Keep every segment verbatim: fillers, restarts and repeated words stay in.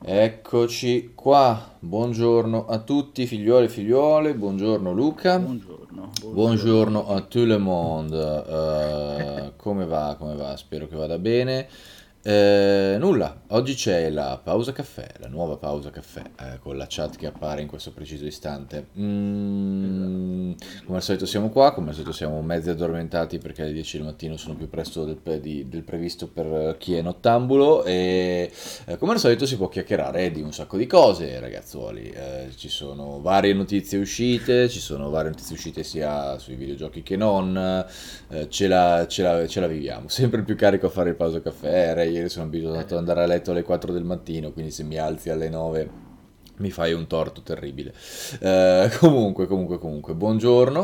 Eccoci qua, buongiorno a tutti figlioli e figliuole, buongiorno Luca, Buongiorno, buongiorno. buongiorno a tout le monde. Eh, come va, come va? Spero che vada bene. Eh, nulla, oggi c'è la pausa caffè, la nuova pausa caffè, eh, con la chat che appare in questo preciso istante. Esatto, Mm, come al solito buongiorno. siamo qua, come al solito siamo mezzi addormentati perché alle dieci del mattino sono più presto del, pe- di- del previsto per chi è nottambulo e eh, come al solito si può chiacchierare di un sacco di cose, ragazzuoli. Eh, ci sono varie notizie uscite, ci sono varie notizie uscite sia sui videogiochi che non. Eh, ce la, ce la- ce la viviamo. Sempre più carico a fare il pausa caffè. Eh, ieri sono abituato ad Eh, andare a letto alle quattro del mattino, quindi se mi alzi alle nove mi fai un torto terribile. Eh, comunque, comunque, comunque, buongiorno.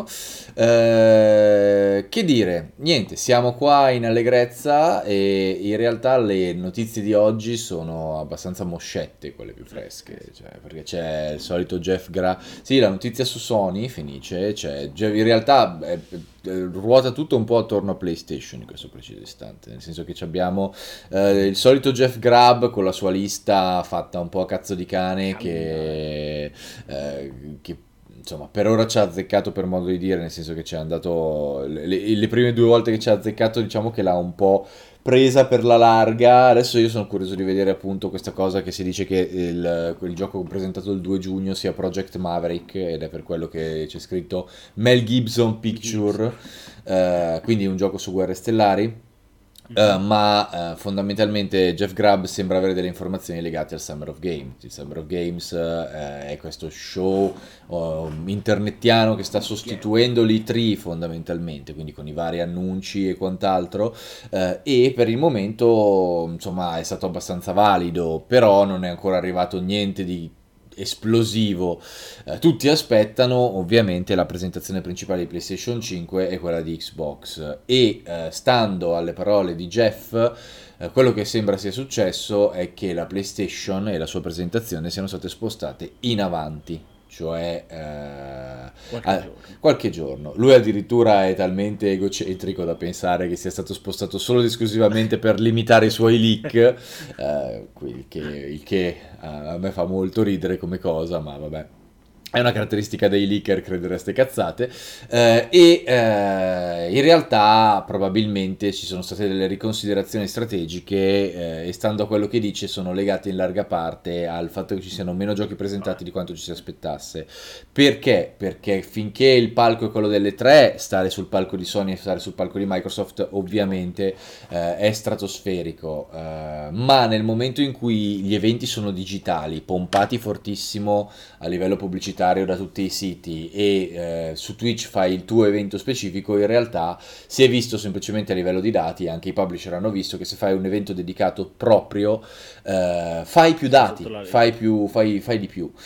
Eh, che dire? Niente, siamo qua in allegrezza e in realtà le notizie di oggi sono abbastanza moscette, quelle più fresche, eh sì. cioè, perché c'è il solito Jeff Gra... Sì, la notizia su Sony, Fenice, c'è, Jeff- in realtà è- è- ruota tutto un po' attorno a PlayStation in questo preciso istante, nel senso che ci abbiamo eh, il solito Jeff Grubb con la sua lista fatta un po' a cazzo di cane Calendario. che, eh, che insomma per ora ci ha azzeccato per modo di dire, nel senso che ci è andato le, le prime due volte che ci ha azzeccato diciamo che l'ha un po' presa per la larga. Adesso io sono curioso di vedere appunto questa cosa che si dice che il, quel gioco presentato il due giugno sia Project Maverick ed è per quello che c'è scritto Mel Gibson Picture, Gibson. eh, quindi un gioco su guerre stellari. Eh, Mhm. ma eh, fondamentalmente Jeff Grubb sembra avere delle informazioni legate al Summer of Games. Il Summer of Games eh, è questo show oh, internettiano che sta Game. sostituendo l'E tre fondamentalmente, quindi con i vari annunci e quant'altro. Eh, e per il momento insomma è stato abbastanza valido, però non è ancora arrivato niente di esplosivo. Eh, tutti aspettano ovviamente la presentazione principale di PlayStation cinque e quella di Xbox e eh, stando alle parole di Jeff, eh, quello che sembra sia successo è che la PlayStation e la sua presentazione siano state spostate in avanti, cioè eh, Qualche a- giorno. qualche giorno. Lui addirittura è talmente egocentrico da pensare che sia stato spostato solo ed esclusivamente per limitare i suoi leak, eh, il che, il che eh, a me fa molto ridere come cosa, ma vabbè. È una caratteristica dei leaker credere a ste cazzate. Eh, e eh, in realtà probabilmente ci sono state delle riconsiderazioni strategiche eh, e stando a quello che dice sono legate in larga parte al fatto che ci siano meno giochi presentati di quanto ci si aspettasse. Perché? Perché finché il palco è quello delle tre, stare sul palco di Sony e stare sul palco di Microsoft ovviamente eh, è stratosferico, eh, ma nel momento in cui gli eventi sono digitali, pompati fortissimo a livello pubblicitario da tutti i siti e eh, su Twitch fai il tuo evento specifico, in realtà si è visto semplicemente a livello di dati, anche i publisher hanno visto che se fai un evento dedicato proprio, eh, fai più Sei sotto dati, la fai, lega. più, fai, fai di più.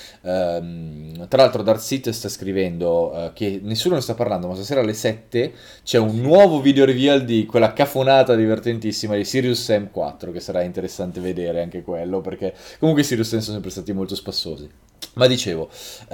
Ehm, tra l'altro Dark Seed sta scrivendo eh, che nessuno ne sta parlando, ma stasera alle sette c'è un Sì. nuovo video reveal di quella cafonata divertentissima di Sirius Sam quattro, che sarà interessante vedere anche quello, perché comunque i Sirius Sam sono sempre stati molto spassosi. Ma dicevo,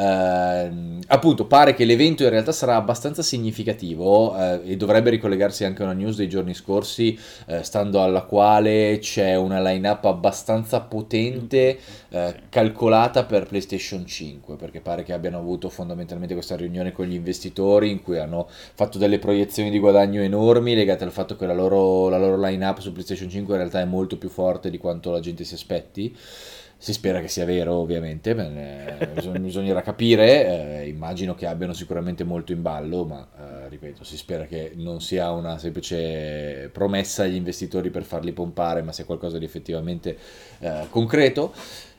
ehm, appunto, pare che l'evento in realtà sarà abbastanza significativo eh, e dovrebbe ricollegarsi anche a una news dei giorni scorsi, eh, stando alla quale c'è una line-up abbastanza potente Nutrosa. eh, Sì. calcolata per PlayStation cinque, perché pare che abbiano avuto fondamentalmente questa riunione con gli investitori in cui hanno fatto delle proiezioni di guadagno enormi legate al fatto che la loro, la loro line-up su PlayStation cinque in realtà è molto più forte di quanto la gente si aspetti. Si spera che sia vero, ovviamente, beh, bisog- bisognerà capire, eh, immagino che abbiano sicuramente molto in ballo, ma eh, ripeto, si spera che non sia una semplice promessa agli investitori per farli pompare, ma sia qualcosa di effettivamente eh, concreto.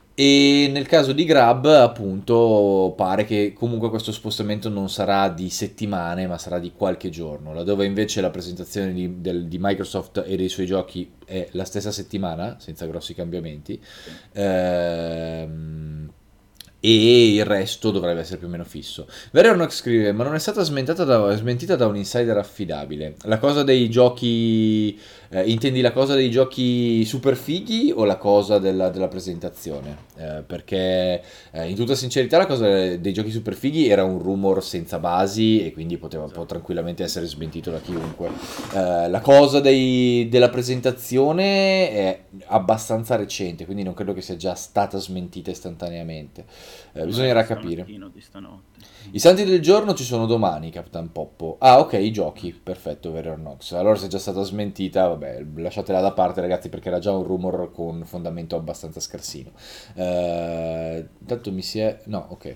E nel caso di Grab, appunto, pare che comunque questo spostamento non sarà di settimane, ma sarà di qualche giorno, laddove invece la presentazione di, del- di Microsoft e dei suoi giochi è la stessa settimana, senza grossi cambiamenti. Sì. Ehm, e il resto dovrebbe essere più o meno fisso. Veronox scrive: ma non è stata smentita da, smentita da un insider affidabile? La cosa dei giochi, eh, intendi la cosa dei giochi super fighi o la cosa della, della presentazione? Eh, perché eh, in tutta sincerità la cosa dei giochi super fighi era un rumor senza basi e quindi poteva può tranquillamente essere smentito da chiunque. Eh, la cosa dei- della presentazione è abbastanza recente, quindi non credo che sia già stata smentita istantaneamente. Eh, bisognerà capire. Di stanotte. I santi del giorno ci sono domani, Capitan Poppo. Ah, ok, i giochi. Perfetto, Veronox. Allora, se è già stata smentita, vabbè, lasciatela da parte, ragazzi, perché era già un rumor con fondamento abbastanza scarsino. Eh, intanto mi si è... No, ok.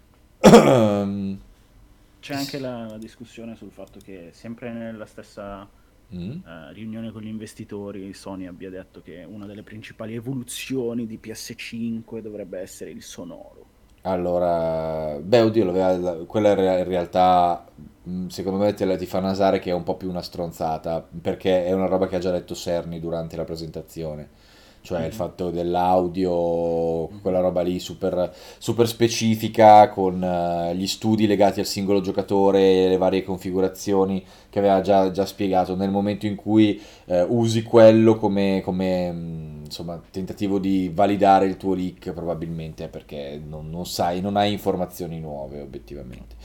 C'è anche la, la discussione sul fatto che sempre nella stessa Mm. uh, riunione con gli investitori Sony abbia detto che una delle principali evoluzioni di P S cinque dovrebbe essere il sonoro. Allora, beh, oddio, lo aveva- quella in rea- in realtà, mh, secondo me, te la ti fa nasare che è un po' più una stronzata, perché è una roba che ha già detto Cerny durante la presentazione. Cioè il Mhm. fatto dell'audio, quella Mhm. roba lì super, super specifica, con eh, gli studi legati al singolo giocatore e le varie configurazioni che aveva già, già spiegato. Nel momento in cui eh, usi quello come, come, mh, insomma, tentativo di validare il tuo leak, probabilmente è perché non, non sai, non hai informazioni nuove, obiettivamente.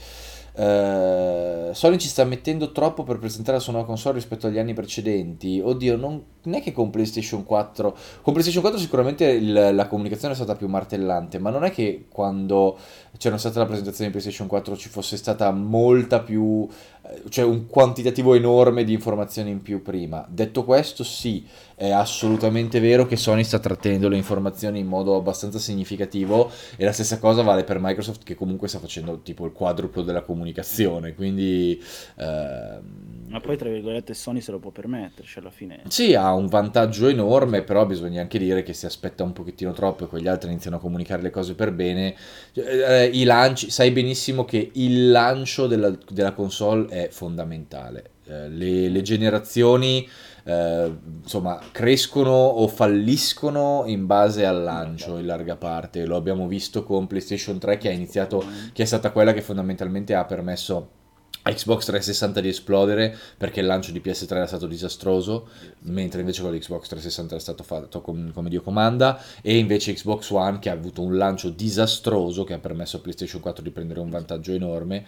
Eh, Sony ci sta mettendo troppo per presentare la sua nuova console rispetto agli anni precedenti. Oddio, non, non è che con PlayStation quattro. Con PlayStation quattro sicuramente il- la comunicazione è stata più martellante, ma non è che quando c'era stata la presentazione di PlayStation quattro ci fosse stata molta più, eh, cioè un quantitativo enorme di informazioni in più prima. Detto questo, sì, è assolutamente vero che Sony sta trattenendo le informazioni in modo abbastanza significativo e la stessa cosa vale per Microsoft che comunque sta facendo tipo il quadruplo della comunicazione, quindi ehm, Ma poi, tra virgolette, Sony se lo può permettere, cioè alla fine... sì, ha un vantaggio enorme, però bisogna anche dire che si aspetta un pochettino troppo e quegli altri iniziano a comunicare le cose per bene. Eh, I lanci, sai benissimo che il lancio della, della console è fondamentale. Eh, le, le generazioni, eh, insomma, crescono o falliscono in base al lancio in larga parte. Lo abbiamo visto con PlayStation tre che ha iniziato, che è stata quella che fondamentalmente ha permesso a Xbox trecentosessanta di esplodere perché il lancio di P S tre era stato disastroso, mentre invece con l'Xbox trecentosessanta era stato fatto com- come Dio comanda, e invece Xbox One che ha avuto un lancio disastroso che ha permesso a PlayStation quattro di prendere un vantaggio enorme,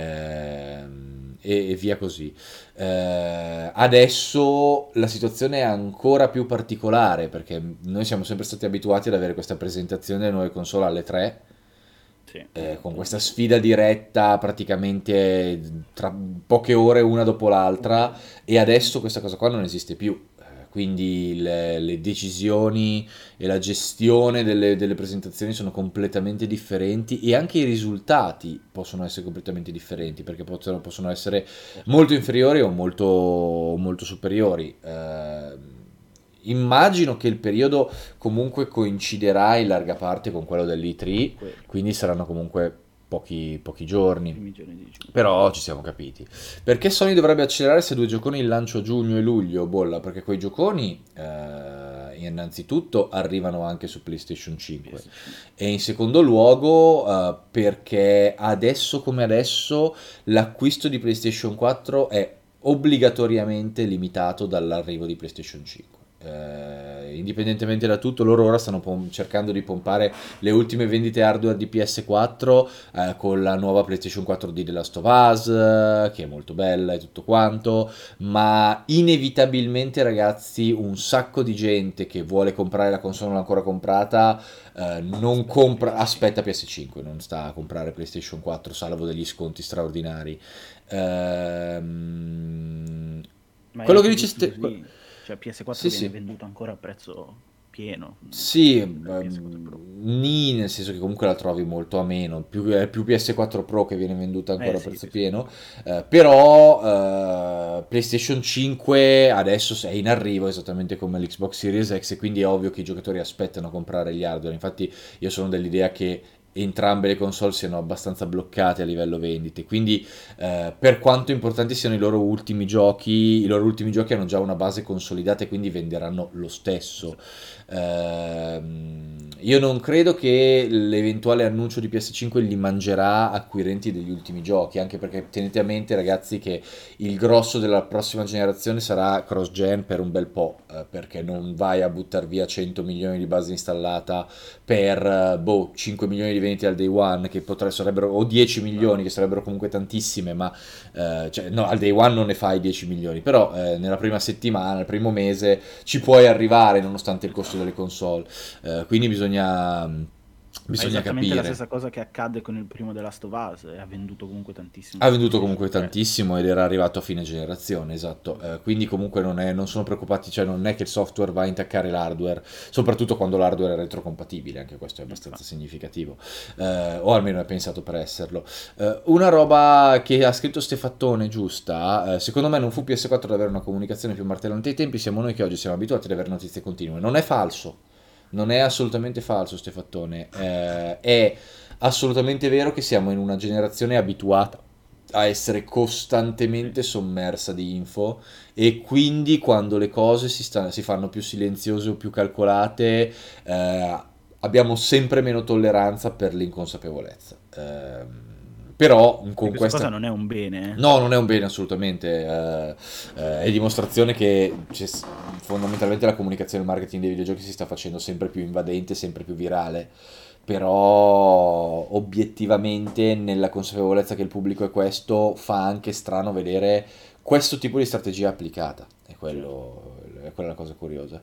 ehm, e, e via così. Eh, adesso la situazione è ancora più particolare perché noi siamo sempre stati abituati ad avere questa presentazione delle nuove console alle tre, Sì, eh, con questa appunto. sfida diretta praticamente tra poche ore una dopo l'altra, e adesso questa cosa qua non esiste più. Eh, Quindi le, le decisioni e la gestione delle, delle presentazioni sono completamente differenti e anche i risultati possono essere completamente differenti perché possono, possono essere molto inferiori o molto, molto superiori. Eh, immagino che il periodo comunque coinciderà in larga parte con quello dell'E tre, Quello, quindi saranno comunque pochi, pochi giorni. primi giorni di giugno. Però ci siamo capiti. Perché Sony dovrebbe accelerare se due gioconi il lancio a giugno e luglio? Bolla, perché quei gioconi eh, innanzitutto arrivano anche su PlayStation cinque. P S cinque. E in secondo luogo eh, perché adesso come adesso l'acquisto di PlayStation quattro è obbligatoriamente limitato dall'arrivo di PlayStation cinque. Eh, indipendentemente da tutto, loro ora stanno pom- cercando di pompare le ultime vendite hardware di P S quattro eh, con la nuova PlayStation quattro D The Last of Us, eh, che è molto bella e tutto quanto, ma inevitabilmente, ragazzi, un sacco di gente che vuole comprare la console non ancora comprata eh, non Aspetta, compra, P S cinque. aspetta P S cinque, non sta a comprare PlayStation quattro, salvo degli sconti straordinari. Ehm, Ma è quello che anche dice giusto Ste- que- così. Cioè P S quattro sì, viene sì. venduto ancora a prezzo pieno Sì, dal P S quattro Pro. ehm, nì, nel senso che comunque la trovi molto a meno, più, è più P S quattro Pro che viene venduta Eh ancora a sì, prezzo P S quattro pieno, Pro. eh, però eh, PlayStation cinque adesso è in arrivo esattamente come l'Xbox Series X e quindi è ovvio che i giocatori aspettano a comprare gli hardware. Infatti io sono dell'idea che entrambe le console siano abbastanza bloccate a livello vendite, quindi eh, per quanto importanti siano i loro ultimi giochi, i loro ultimi giochi hanno già una base consolidata e quindi venderanno lo stesso. Esatto. Ehm, io non credo che l'eventuale annuncio di P S cinque li mangerà acquirenti degli ultimi giochi, anche perché tenete a mente, ragazzi, che il grosso della prossima generazione sarà cross-gen per un bel po', eh, perché non vai a buttare via cento milioni di base installata per eh, boh, cinque milioni di vendite al day one, che potrebbero, sarebbero, o dieci milioni, che sarebbero comunque tantissime, ma eh, cioè, no, al day one non ne fai dieci milioni, però eh, nella prima settimana, nel primo mese ci puoi arrivare nonostante il costo delle console. Eh, quindi bisogna, Ma è bisogna esattamente la capire. stessa cosa che accadde con il primo The Last of Us, e ha venduto comunque tantissimo Ha su venduto PlayStation comunque tre. tantissimo ed era arrivato a fine generazione, esatto. Eh, quindi comunque non, è, non sono preoccupati, cioè non è che il software va a intaccare l'hardware, soprattutto quando l'hardware è retrocompatibile, anche questo è abbastanza Infatti. significativo, eh, o almeno è pensato per esserlo. Eh, una roba che ha scritto Stefattone giusta, eh, secondo me non fu P S quattro ad avere una comunicazione più martellante ai tempi, siamo noi che oggi siamo abituati ad avere notizie continue. Non è falso, non è assolutamente falso Stefattone, eh, è assolutamente vero che siamo in una generazione abituata a essere Sì. costantemente sommersa di info e quindi quando le cose si, sta- si fanno più silenziose o più calcolate, eh, abbiamo sempre meno tolleranza per l'inconsapevolezza. Ehm, però E con questa cosa questa... non è un bene, eh. No, non è un bene assolutamente, eh, eh, è dimostrazione che c'è s- fondamentalmente la comunicazione e il marketing dei videogiochi si sta facendo sempre più invadente, sempre più virale, però obiettivamente nella consapevolezza che il pubblico è questo fa anche strano vedere questo tipo di strategia applicata, è Certo. quello, è quella la cosa curiosa.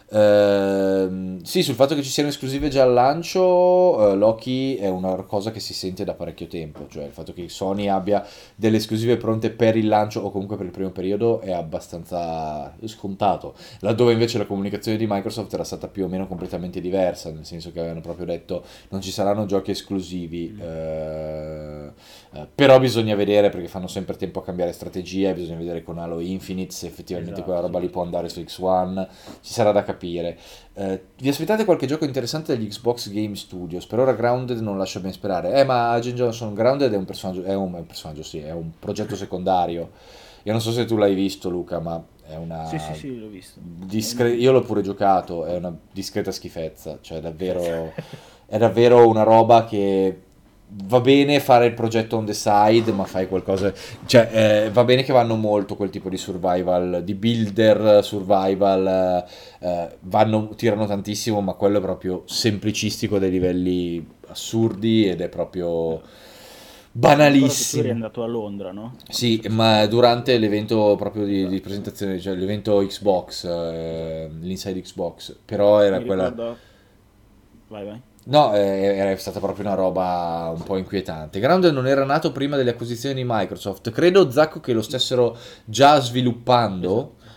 Ehm, sì, sul fatto che ci siano esclusive già al lancio, eh, Loki è una cosa che si sente da parecchio tempo, cioè il fatto che Sony abbia delle esclusive pronte per il lancio o comunque per il primo periodo è abbastanza scontato, laddove invece la comunicazione di Microsoft era stata più o meno completamente diversa, nel senso che avevano proprio detto non ci saranno giochi esclusivi, Mm. eh, eh, però bisogna vedere perché fanno sempre tempo a cambiare strategia, bisogna vedere con Halo Infinite se effettivamente quella Esatto, roba lì può soprattutto andare su quello. X uno, ci sarà da capire. Eh, vi aspettate qualche gioco interessante dagli Xbox Game Studios? Per ora Grounded non lascia ben sperare. Eh, ma Agent Johnson Grounded è un personaggio, è un, è un personaggio, sì, è un progetto secondario. Io non so se tu l'hai visto, Luca, ma è Sì, sì, una sì, l'ho visto. È discre- un... io l'ho pure giocato, è una discreta schifezza, cioè Schifezza. davvero è davvero una roba che va bene fare il progetto on the side, ma fai qualcosa, cioè eh, va bene che vanno molto quel tipo di survival, di builder survival, eh, vanno, tirano tantissimo, ma quello è proprio semplicistico dei livelli assurdi ed è proprio Mi ricordo che tu eri banalissimo. andato a Londra, no? Quando Sì, c'era stato ma il God of durante War. l'evento proprio di, di Esatto. presentazione, cioè l'evento Xbox, eh, l'Inside Xbox, però era Mi quella... ricordo... Vai, vai. No, eh, era stata proprio una roba un po' inquietante. Grounded non era nato prima delle acquisizioni di Microsoft. Credo, Zacco, che lo stessero già sviluppando, Esatto.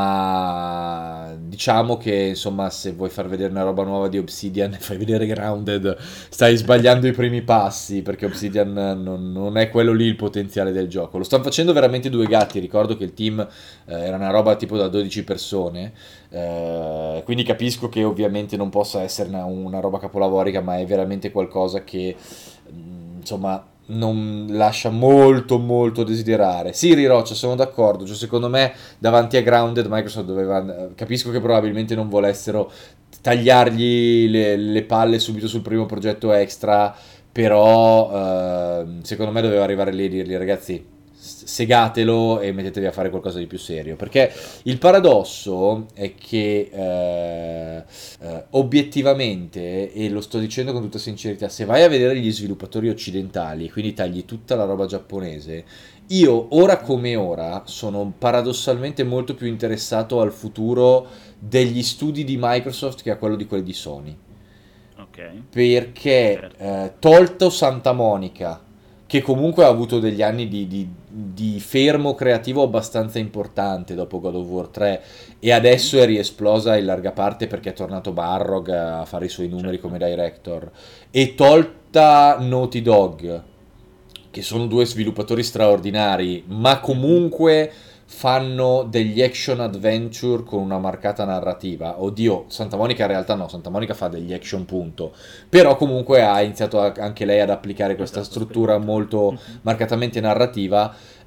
ma diciamo che insomma, se vuoi far vedere una roba nuova di Obsidian, fai vedere Grounded, stai sbagliando i primi passi, perché Obsidian non, non è quello lì il potenziale del gioco. Lo stanno facendo veramente due gatti. Ricordo che il team eh, era una roba tipo da dodici persone. Eh, quindi capisco che ovviamente non possa essere una, una roba capolavorica, ma è veramente qualcosa che mh, insomma non lascia molto molto desiderare. Sì, Riroccia, sono d'accordo, cioè, secondo me davanti a Grounded Microsoft doveva, capisco che probabilmente non volessero tagliargli le, le palle subito sul primo progetto extra, però eh, secondo me doveva arrivare lì e dirgli ragazzi segatelo e mettetevi a fare qualcosa di più serio, perché il paradosso è che eh, eh, obiettivamente, e lo sto dicendo con tutta sincerità, se vai a vedere gli sviluppatori occidentali e quindi tagli tutta la roba giapponese, io ora Mhm. come ora sono paradossalmente molto più interessato al futuro degli studi di Microsoft che a quello di quelli di Sony, Ok, perché certo. eh, tolto Santa Monica, che comunque ha avuto degli anni di, di- di fermo creativo abbastanza importante dopo God of War tre e Sì, adesso è riesplosa in larga parte perché è tornato Barrog a fare i suoi numeri come certo. director, e tolta Naughty Dog, che sono due sviluppatori straordinari, ma Mhm. comunque fanno degli action adventure con una marcata narrativa. Oddio, Santa Monica in realtà no, Santa Monica fa degli action punto, però comunque ha iniziato a- anche lei ad applicare questa Esatto, a struttura sperimentare. molto Mhm. marcatamente narrativa.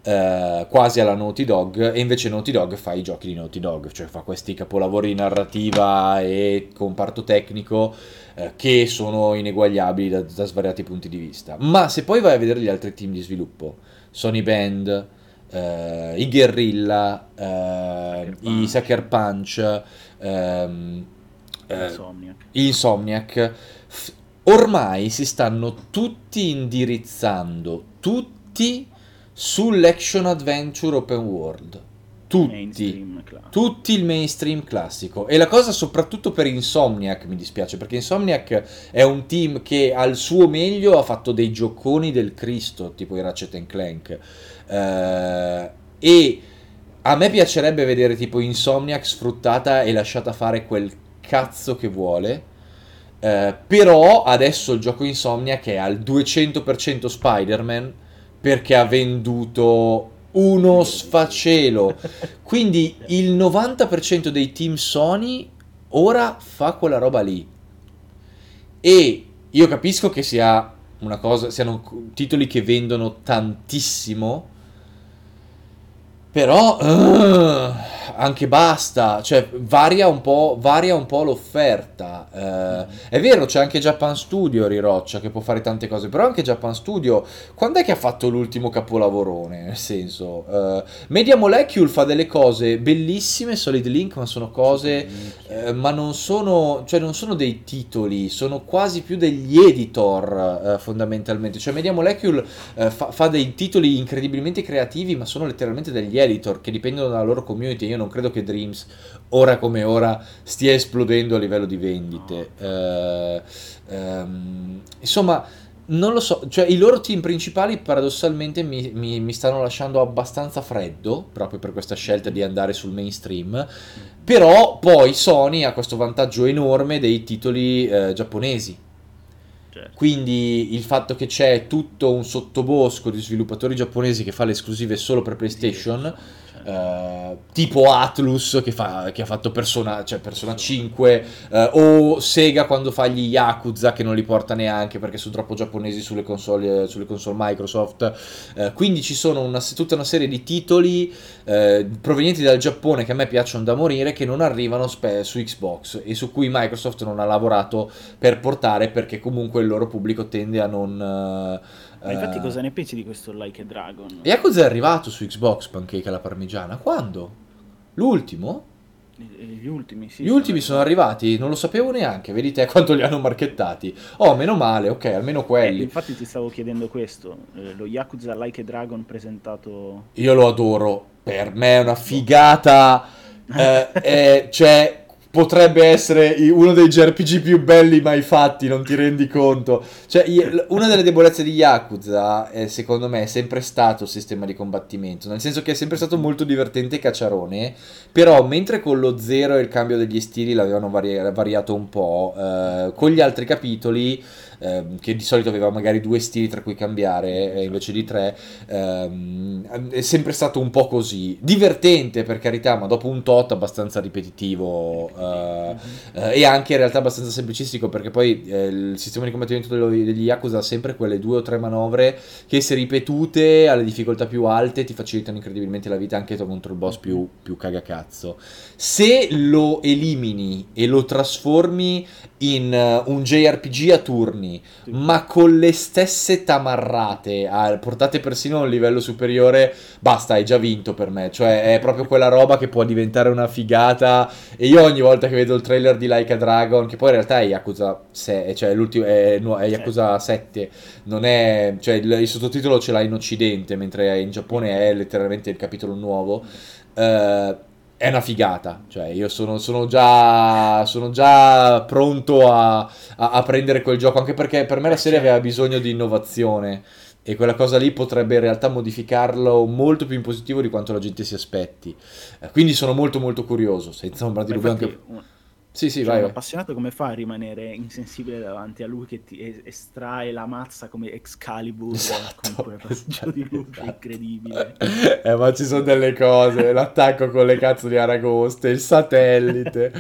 eh, quasi alla Naughty Dog, e invece Naughty Dog fa i giochi di Naughty Dog, cioè fa questi capolavori di narrativa e comparto tecnico eh, che sono ineguagliabili da, da svariati punti di vista. Ma se poi vai a vedere gli altri team di sviluppo, Sony Band, eh, i Guerrilla, eh, Sucker i Punch, Sucker Punch, ehm, eh, Insomniac. Insomniac, f- ormai si stanno tutti indirizzando, tutti sull'action adventure open world. Tutti. Mainstream classico. Tutti il mainstream classico. E la cosa soprattutto per Insomniac mi dispiace, perché Insomniac è un team che al suo meglio ha fatto dei gioconi del Cristo, tipo i Ratchet and Clank. Eh, e a me piacerebbe vedere tipo Insomniac sfruttata e lasciata fare quel cazzo che vuole. Eh, però adesso il gioco Insomniac è al duecento per cento Spider-Man perché ha venduto uno sfacelo. Quindi il novanta per cento dei team Sony ora fa quella roba lì. E io capisco che sia una cosa, siano titoli che vendono tantissimo, però uh, anche basta, cioè varia un po', varia un po' l'offerta. Eh, è vero, c'è anche Japan Studio Riroccia che può fare tante cose, però anche Japan Studio, quando è che ha fatto l'ultimo capolavorone? Nel senso, eh, Media Molecule fa delle cose bellissime, Solid Link, ma sono cose, eh, ma non sono, cioè non sono dei titoli, sono quasi più degli editor, eh, fondamentalmente. Cioè Media Molecule eh, fa, fa dei titoli incredibilmente creativi, ma sono letteralmente degli editor che dipendono dalla loro community. Io non credo che Dreams ora come ora stia esplodendo a livello di vendite. Eh, ehm, insomma, non lo so, cioè i loro team principali paradossalmente mi, mi- mi stanno lasciando abbastanza freddo proprio per questa scelta di andare sul mainstream. Però poi Sony ha questo vantaggio enorme dei titoli eh, giapponesi. Certo. Quindi il fatto che c'è tutto un sottobosco di sviluppatori giapponesi che fa le esclusive solo per PlayStation, Certo. eh, tipo Atlus che, fa, che ha fatto Persona, cioè Persona cinque, eh, o Sega quando fa gli Yakuza che non li porta neanche perché sono troppo giapponesi sulle console, sulle console Microsoft. Eh, quindi ci sono una, tutta una serie di titoli eh, provenienti dal Giappone che a me piacciono da morire, che non arrivano spe- su Xbox e su cui Microsoft non ha lavorato per portare, perché comunque il loro pubblico tende a non... Ma infatti eh, cosa ne pensi di questo Like a Dragon? Yakuza è arrivato su Xbox Pancake alla parmigiana. Quando? L'ultimo? Eh, Gli ultimi, sì. Gli ultimi sono arrivati, non lo sapevo neanche, vedi te quanto li hanno marchettati. Oh, meno male, ok, almeno Eh, quelli. infatti ti stavo chiedendo questo, eh, lo Yakuza Like a Dragon presentato... Io lo adoro, per me è una figata, eh, è- cioè potrebbe essere i- uno dei J R P G più belli mai fatti, non ti rendi conto? Cioè, i- l- una delle debolezze di Yakuza, eh, secondo me, è sempre stato il sistema di combattimento, nel senso che è sempre stato molto divertente e cacciarone, però mentre con lo zero e il cambio degli stili l'avevano vari- variato un po', eh, con gli altri capitoli, ehm, che di solito aveva magari due stili tra cui cambiare eh, invece di tre, ehm, è sempre stato un po' così, divertente per carità, ma dopo un tot abbastanza ripetitivo, eh, eh, e anche in realtà abbastanza semplicistico, perché poi eh, il sistema di combattimento dello- degli Yakuza ha sempre quelle due o tre manovre che, se ripetute alle difficoltà più alte, ti facilitano incredibilmente la vita anche contro il boss più, più cagacazzo. Se lo elimini e lo trasformi in eh, un J R P G a turni, ma con le stesse tamarrate, ah, portate persino a un livello superiore, basta, hai già vinto per me. Cioè è proprio quella roba che può diventare una figata. E io ogni volta che vedo il trailer di Like a Dragon, che poi in realtà è Yakuza sei, cioè l'ultimo è, nu- è Yakuza sette, non è, cioè il, il sottotitolo ce l'ha in occidente, mentre in Giappone è letteralmente il capitolo nuovo. Eh, è una figata, cioè io sono, sono già sono già pronto a, a- a prendere quel gioco, anche perché per me la Eh, serie certo. aveva bisogno di innovazione e quella cosa lì potrebbe in realtà modificarlo molto più in positivo di quanto la gente si aspetti. Eh, quindi sono molto molto curioso, senza ombra di Ma dubbio infatti anche... un, Sì, sì, cioè, vai, un vai. appassionato come fa a rimanere insensibile davanti a lui che ti es- estrae la mazza come Excalibur con quel raggio di luce incredibile? Eh, ma ci sono delle cose, l'attacco con le cazzo di aragoste, il satellite.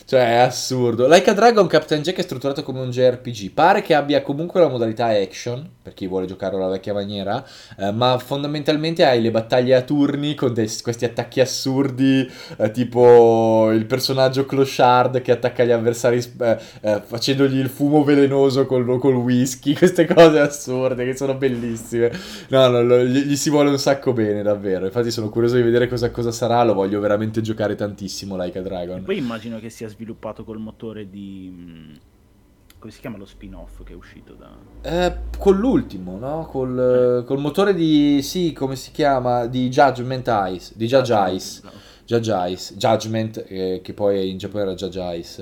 Cioè, è assurdo. Like a Dragon Captain Jack è strutturato come un J R P G. Pare che abbia comunque la modalità action, per chi vuole giocare alla vecchia maniera, eh, ma fondamentalmente hai le battaglie a turni con dei- questi attacchi assurdi, eh, tipo il personaggio Clochard che attacca gli avversari eh, eh, facendogli il fumo velenoso col, col whisky. Queste cose assurde che sono bellissime. No, no, lo- gli, gli si vuole un sacco bene, davvero. Infatti sono curioso di vedere cosa, cosa sarà. Lo voglio veramente giocare tantissimo, Like a E Dragon. poi immagino che sia sviluppato col motore di... mh, come si chiama lo spin-off che è uscito da... Eh, con l'ultimo, no? Col, col motore di... Sì, come si chiama? Di Judgment Eyes. Di Judge Eyes. Judge Eyes. Judgment, eh, che poi in Giappone era Judge Eyes.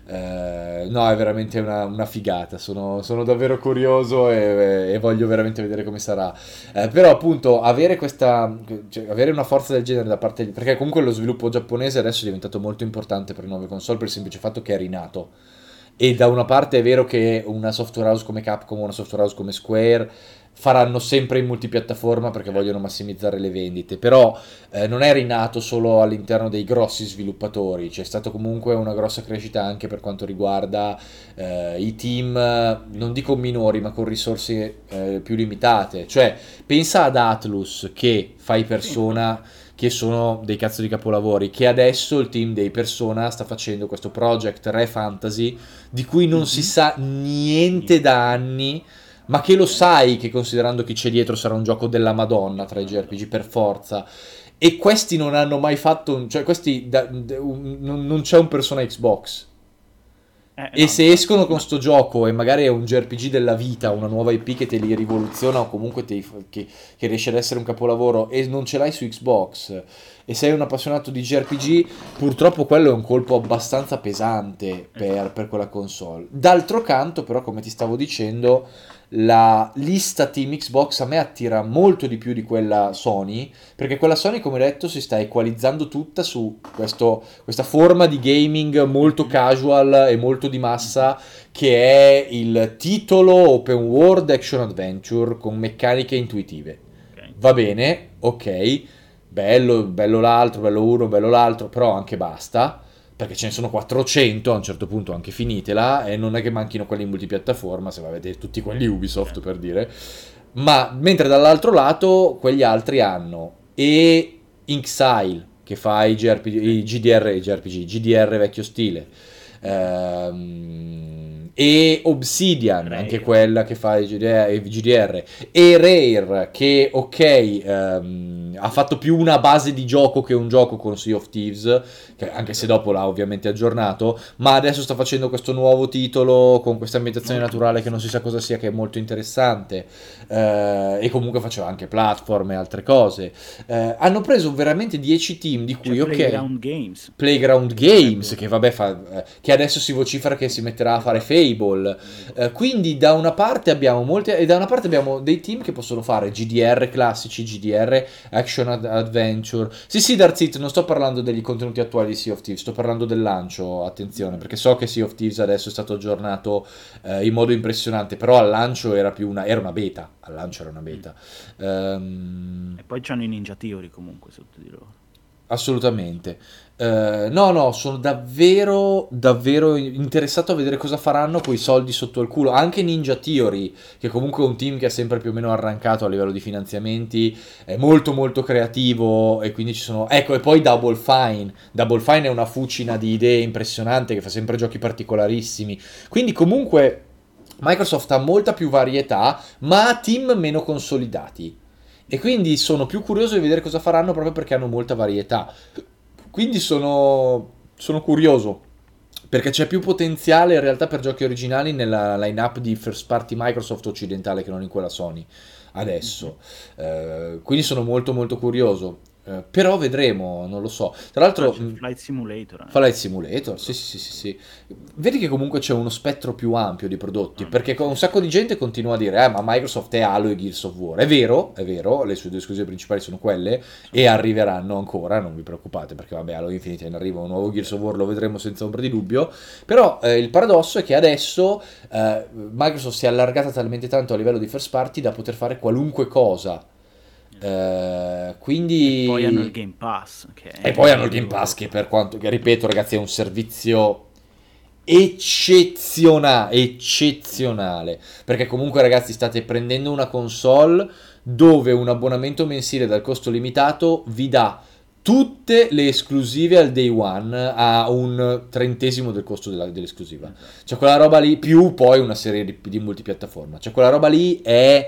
Eh, no, è veramente una, una figata. Sono, sono davvero curioso e, e voglio veramente vedere come sarà. Eh, però appunto avere questa... Cioè, avere una forza del genere da parte di... Perché comunque lo sviluppo giapponese adesso è diventato molto importante per le nuove console per il semplice fatto che è rinato. E da una parte è vero che una software house come Capcom o una software house come Square faranno sempre in multipiattaforma perché vogliono massimizzare le vendite, però eh, non è rinato solo all'interno dei grossi sviluppatori, c'è stata comunque una grossa crescita anche per quanto riguarda eh, i team, eh, non dico minori, ma con risorse eh, più limitate. Cioè, pensa ad Atlus che fai Persona, che sono dei cazzo di capolavori, che adesso il team dei Persona sta facendo questo Project Re Fantasy di cui non si sa niente da anni, ma che lo sai che considerando chi c'è dietro sarà un gioco della Madonna tra i J R P G per forza. E questi non hanno mai fatto, un- cioè questi da- da- un- non, non c'è un Persona Xbox. Eh, E no, se infatti, escono con ma- sto gioco e magari è un J R P G della vita, una nuova I P che te li rivoluziona o comunque te li fa- che, che riesce ad essere un capolavoro e non ce l'hai su Xbox e sei un appassionato di J R P G, purtroppo quello è un colpo abbastanza pesante per, esatto. per quella console. D'altro canto, però, come ti stavo dicendo, la lista Team Xbox a me attira molto di più di quella Sony, perché quella Sony, come detto, si sta equalizzando tutta su questo, questa forma di gaming molto casual e molto di massa, che è il titolo open world action adventure con meccaniche intuitive. Ok. Va bene, ok, bello, bello l'altro, bello uno, bello l'altro, però anche basta, perché ce ne sono quattrocento, a un certo punto anche finitela, e non è che manchino quelli in multipiattaforma, se va a vedere tutti quelli Ubisoft per dire, ma mentre dall'altro lato quegli altri hanno e Inxile, che fa i, G R P G, i G D R, i J R P G, G D R vecchio stile, ehm, e Obsidian, Rare. anche quella che fa i G D R, i G D R, e Rare, che ok, ehm, ha fatto più una base di gioco che un gioco con Sea of Thieves, che anche se dopo l'ha ovviamente aggiornato, ma adesso sta facendo questo nuovo titolo con questa ambientazione Molto naturale che non si sa cosa sia, che è molto interessante, eh, e comunque faceva anche platform e altre cose. Eh, hanno preso veramente dieci team di cui, C'è ok, Playground Games. Playground che Games, sarebbe- che vabbè fa, eh, che adesso si vocifera che si metterà a fare Fable. Eh, quindi da una parte abbiamo molte, e da una parte abbiamo dei team che possono fare G D R classici, G D R action ad- adventure. Sì, sì, Darzit, non sto parlando degli contenuti attuali di Sea of Thieves, sto parlando del lancio, attenzione, perché so che Sea of Thieves adesso è stato aggiornato eh, in modo impressionante, però al lancio era più una, era una beta, al lancio era una beta. Ehm, E poi c'hanno i Ninja Theory comunque sotto di loro. Assolutamente. Eh, no, no, sono davvero, davvero interessato a vedere cosa faranno con i soldi sotto il culo. Anche Ninja Theory, che comunque è un team che ha sempre più o meno arrancato a livello di finanziamenti, è molto molto creativo e quindi ci sono... Ecco, e poi Double Fine. Double Fine è una fucina di idee impressionante che fa sempre giochi particolarissimi. Quindi comunque Microsoft ha molta più varietà, ma ha team meno consolidati. E quindi sono più curioso di vedere cosa faranno proprio perché hanno molta varietà. Quindi sono, sono curioso perché c'è più potenziale in realtà per giochi originali nella line-up di first party Microsoft occidentale che non in quella Sony adesso. Eh, quindi sono molto molto curioso. Eh, però vedremo, non lo so. Tra l'altro, Ah, c'è mh, Flight Simulator. eh. Flight Simulator, sì, sì, sì, sì, sì. Vedi che comunque c'è uno spettro più ampio di prodotti, Mm, perché con un sacco di gente continua a dire, eh, ma Microsoft è Halo e Gears of War. È vero, è vero, le sue due esclusive principali sono quelle e arriveranno ancora, non vi preoccupate, perché vabbè, Halo Infinite in arrivo, un nuovo Gears of War lo vedremo senza ombra di dubbio, però eh, il paradosso è che adesso eh, Microsoft si è allargata talmente tanto a livello di first party da poter fare qualunque cosa. Eh, E poi hanno il quindi... Game Pass. Che E è poi hanno il Game proprio- Pass che per quanto, che ripeto ragazzi è un servizio eccezionale, eccezionale, perché comunque ragazzi state prendendo una console dove un abbonamento mensile dal costo limitato vi dà tutte le esclusive al day one a un trentesimo del costo della, dell'esclusiva. Cioè quella roba lì, più poi una serie di, di multipiattaforma. Cioè quella roba lì è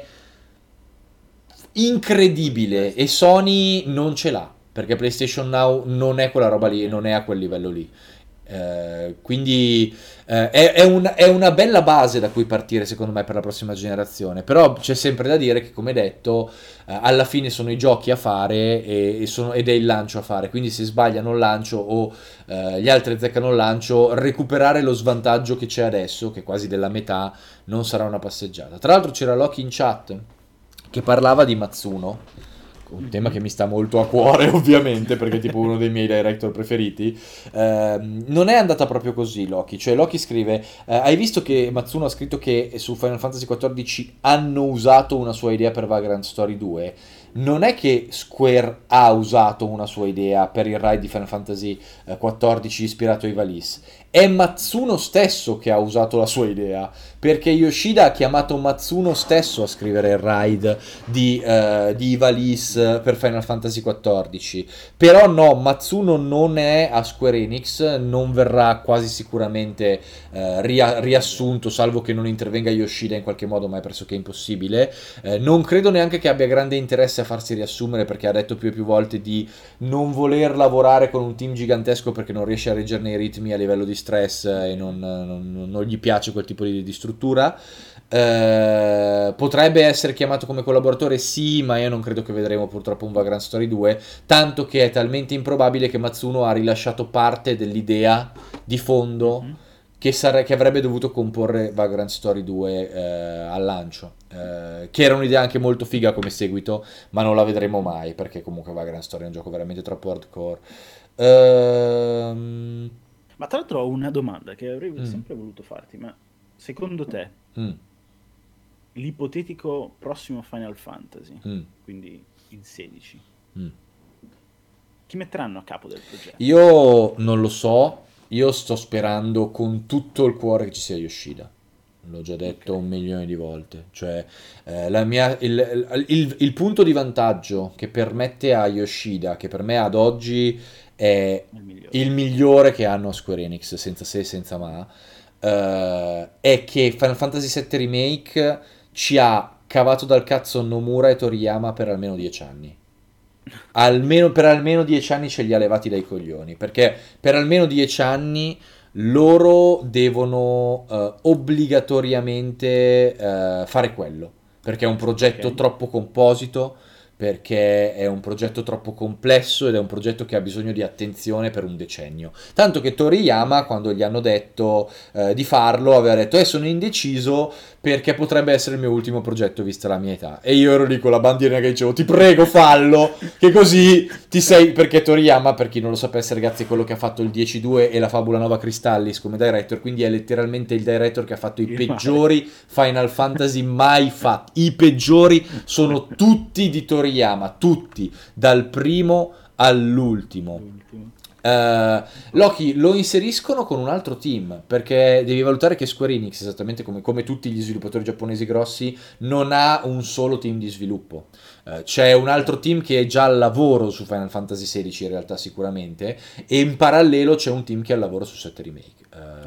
incredibile e Sony non ce l'ha, perché PlayStation Now non è quella roba lì, non è a quel livello lì. Eh, quindi eh, è, è, un, è una bella base da cui partire secondo me per la prossima generazione, però c'è sempre da dire che, come detto, eh, alla fine sono i giochi a fare e, e sono, ed è il lancio a fare, quindi se sbagliano il lancio o eh, gli altri azzeccano il lancio, recuperare lo svantaggio che c'è adesso, che è quasi della metà, non sarà una passeggiata. Tra l'altro c'era Loki in chat che parlava di Matsuno, un tema che mi sta molto a cuore ovviamente, perché è tipo uno dei miei director preferiti. Eh, non è andata proprio così Loki, cioè Loki scrive eh, hai visto che Matsuno ha scritto che su Final Fantasy quattordici hanno usato una sua idea per Vagrant Story due? Non è che Square ha usato una sua idea per il ride di Final Fantasy quattordici ispirato ai Ivalice, è Matsuno stesso che ha usato la sua idea, perché Yoshida ha chiamato Matsuno stesso a scrivere il ride di, uh, di Ivalice per Final Fantasy quattordici. Però no, Matsuno non è a Square Enix, non verrà quasi sicuramente uh, ria- riassunto, salvo che non intervenga Yoshida in qualche modo, ma è pressoché impossibile. Uh, non credo neanche che abbia grande interesse a farsi riassumere, perché ha detto più e più volte di non voler lavorare con un team gigantesco perché non riesce a reggerne i ritmi a livello di stress e non, non, non gli piace quel tipo di, di struttura. Eh, potrebbe essere chiamato come collaboratore, sì, ma io non credo che vedremo purtroppo un Vagrant Story due, tanto che è talmente improbabile che Matsuno ha rilasciato parte dell'idea di fondo mm-hmm. che, sare- che avrebbe dovuto comporre Vagrant Story due eh, al lancio, eh, che era un'idea anche molto figa come seguito, ma non la vedremo mai, perché comunque Vagrant Story è un gioco veramente troppo hardcore. Ehm... Ma tra l'altro ho una domanda che avrei mm. sempre voluto farti, ma secondo te mm. l'ipotetico prossimo Final Fantasy, mm. quindi il sedici, mm. chi metteranno a capo del progetto? Io non lo so, io sto sperando con tutto il cuore che ci sia Yoshida. L'ho già detto okay. un milione di volte, cioè eh, la mia, il, il, il punto di vantaggio che permette a Yoshida, che per me ad oggi è il migliore, il migliore che hanno a Square Enix, senza se e senza ma, uh, è che Final Fantasy sette Remake ci ha cavato dal cazzo Nomura e Toriyama per almeno dieci anni. Almeno, per almeno dieci anni ce li ha levati dai coglioni, perché per almeno dieci anni loro devono uh, obbligatoriamente uh, fare quello, perché è un progetto okay. troppo composito, perché è un progetto troppo complesso ed è un progetto che ha bisogno di attenzione per un decennio. Tanto che Toriyama, quando gli hanno detto eh, di farlo, aveva detto eh sono indeciso perché potrebbe essere il mio ultimo progetto vista la mia età. E io ero lì con la bandierina che dicevo ti prego fallo, che così ti sei... Perché Toriyama, per chi non lo sapesse ragazzi, è quello che ha fatto il dieci due e la Fabula Nova Cristallis come director, quindi è letteralmente il director che ha fatto i peggiori Final Fantasy mai fatti. I peggiori sono tutti di Toriyama, tutti, dal primo all'ultimo. Uh, Loki lo inseriscono con un altro team, perché devi valutare che Square Enix, esattamente come, come tutti gli sviluppatori giapponesi grossi, non ha un solo team di sviluppo. Uh, c'è un altro team che è già al lavoro su Final Fantasy sedici in realtà sicuramente, e in parallelo c'è un team che è al lavoro su sette Remake.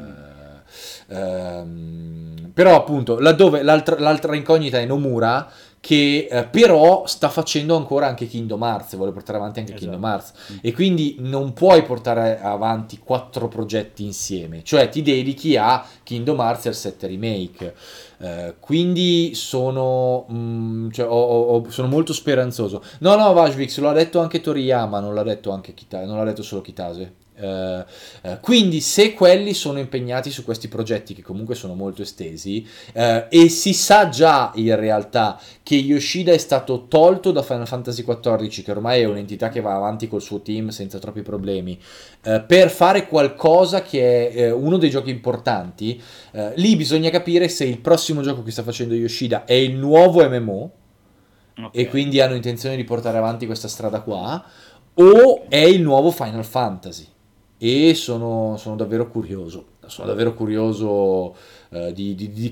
Uh, um, però appunto laddove l'altra, l'altra incognita è Nomura, che eh, però sta facendo ancora anche Kingdom Hearts, vuole portare avanti anche esatto. Kingdom Hearts, mm. e quindi non puoi portare avanti quattro progetti insieme, cioè ti dedichi a Kingdom Hearts e al sette Remake, eh, quindi sono mh, cioè, ho, ho, sono molto speranzoso. No no Vajvix, lo ha detto anche Toriyama, non l'ha detto anche Kita- non l'ha detto solo Kitase. Uh, uh, quindi se quelli sono impegnati su questi progetti che comunque sono molto estesi, uh, e si sa già in realtà che Yoshida è stato tolto da Final Fantasy quattordici, che ormai è un'entità che va avanti col suo team senza troppi problemi, uh, per fare qualcosa che è uh, uno dei giochi importanti, uh, lì bisogna capire se il prossimo gioco che sta facendo Yoshida è il nuovo M M O, okay. e quindi hanno intenzione di portare avanti questa strada qua, o è il nuovo Final Fantasy. e sono, sono davvero curioso, sono davvero curioso eh, di, di- di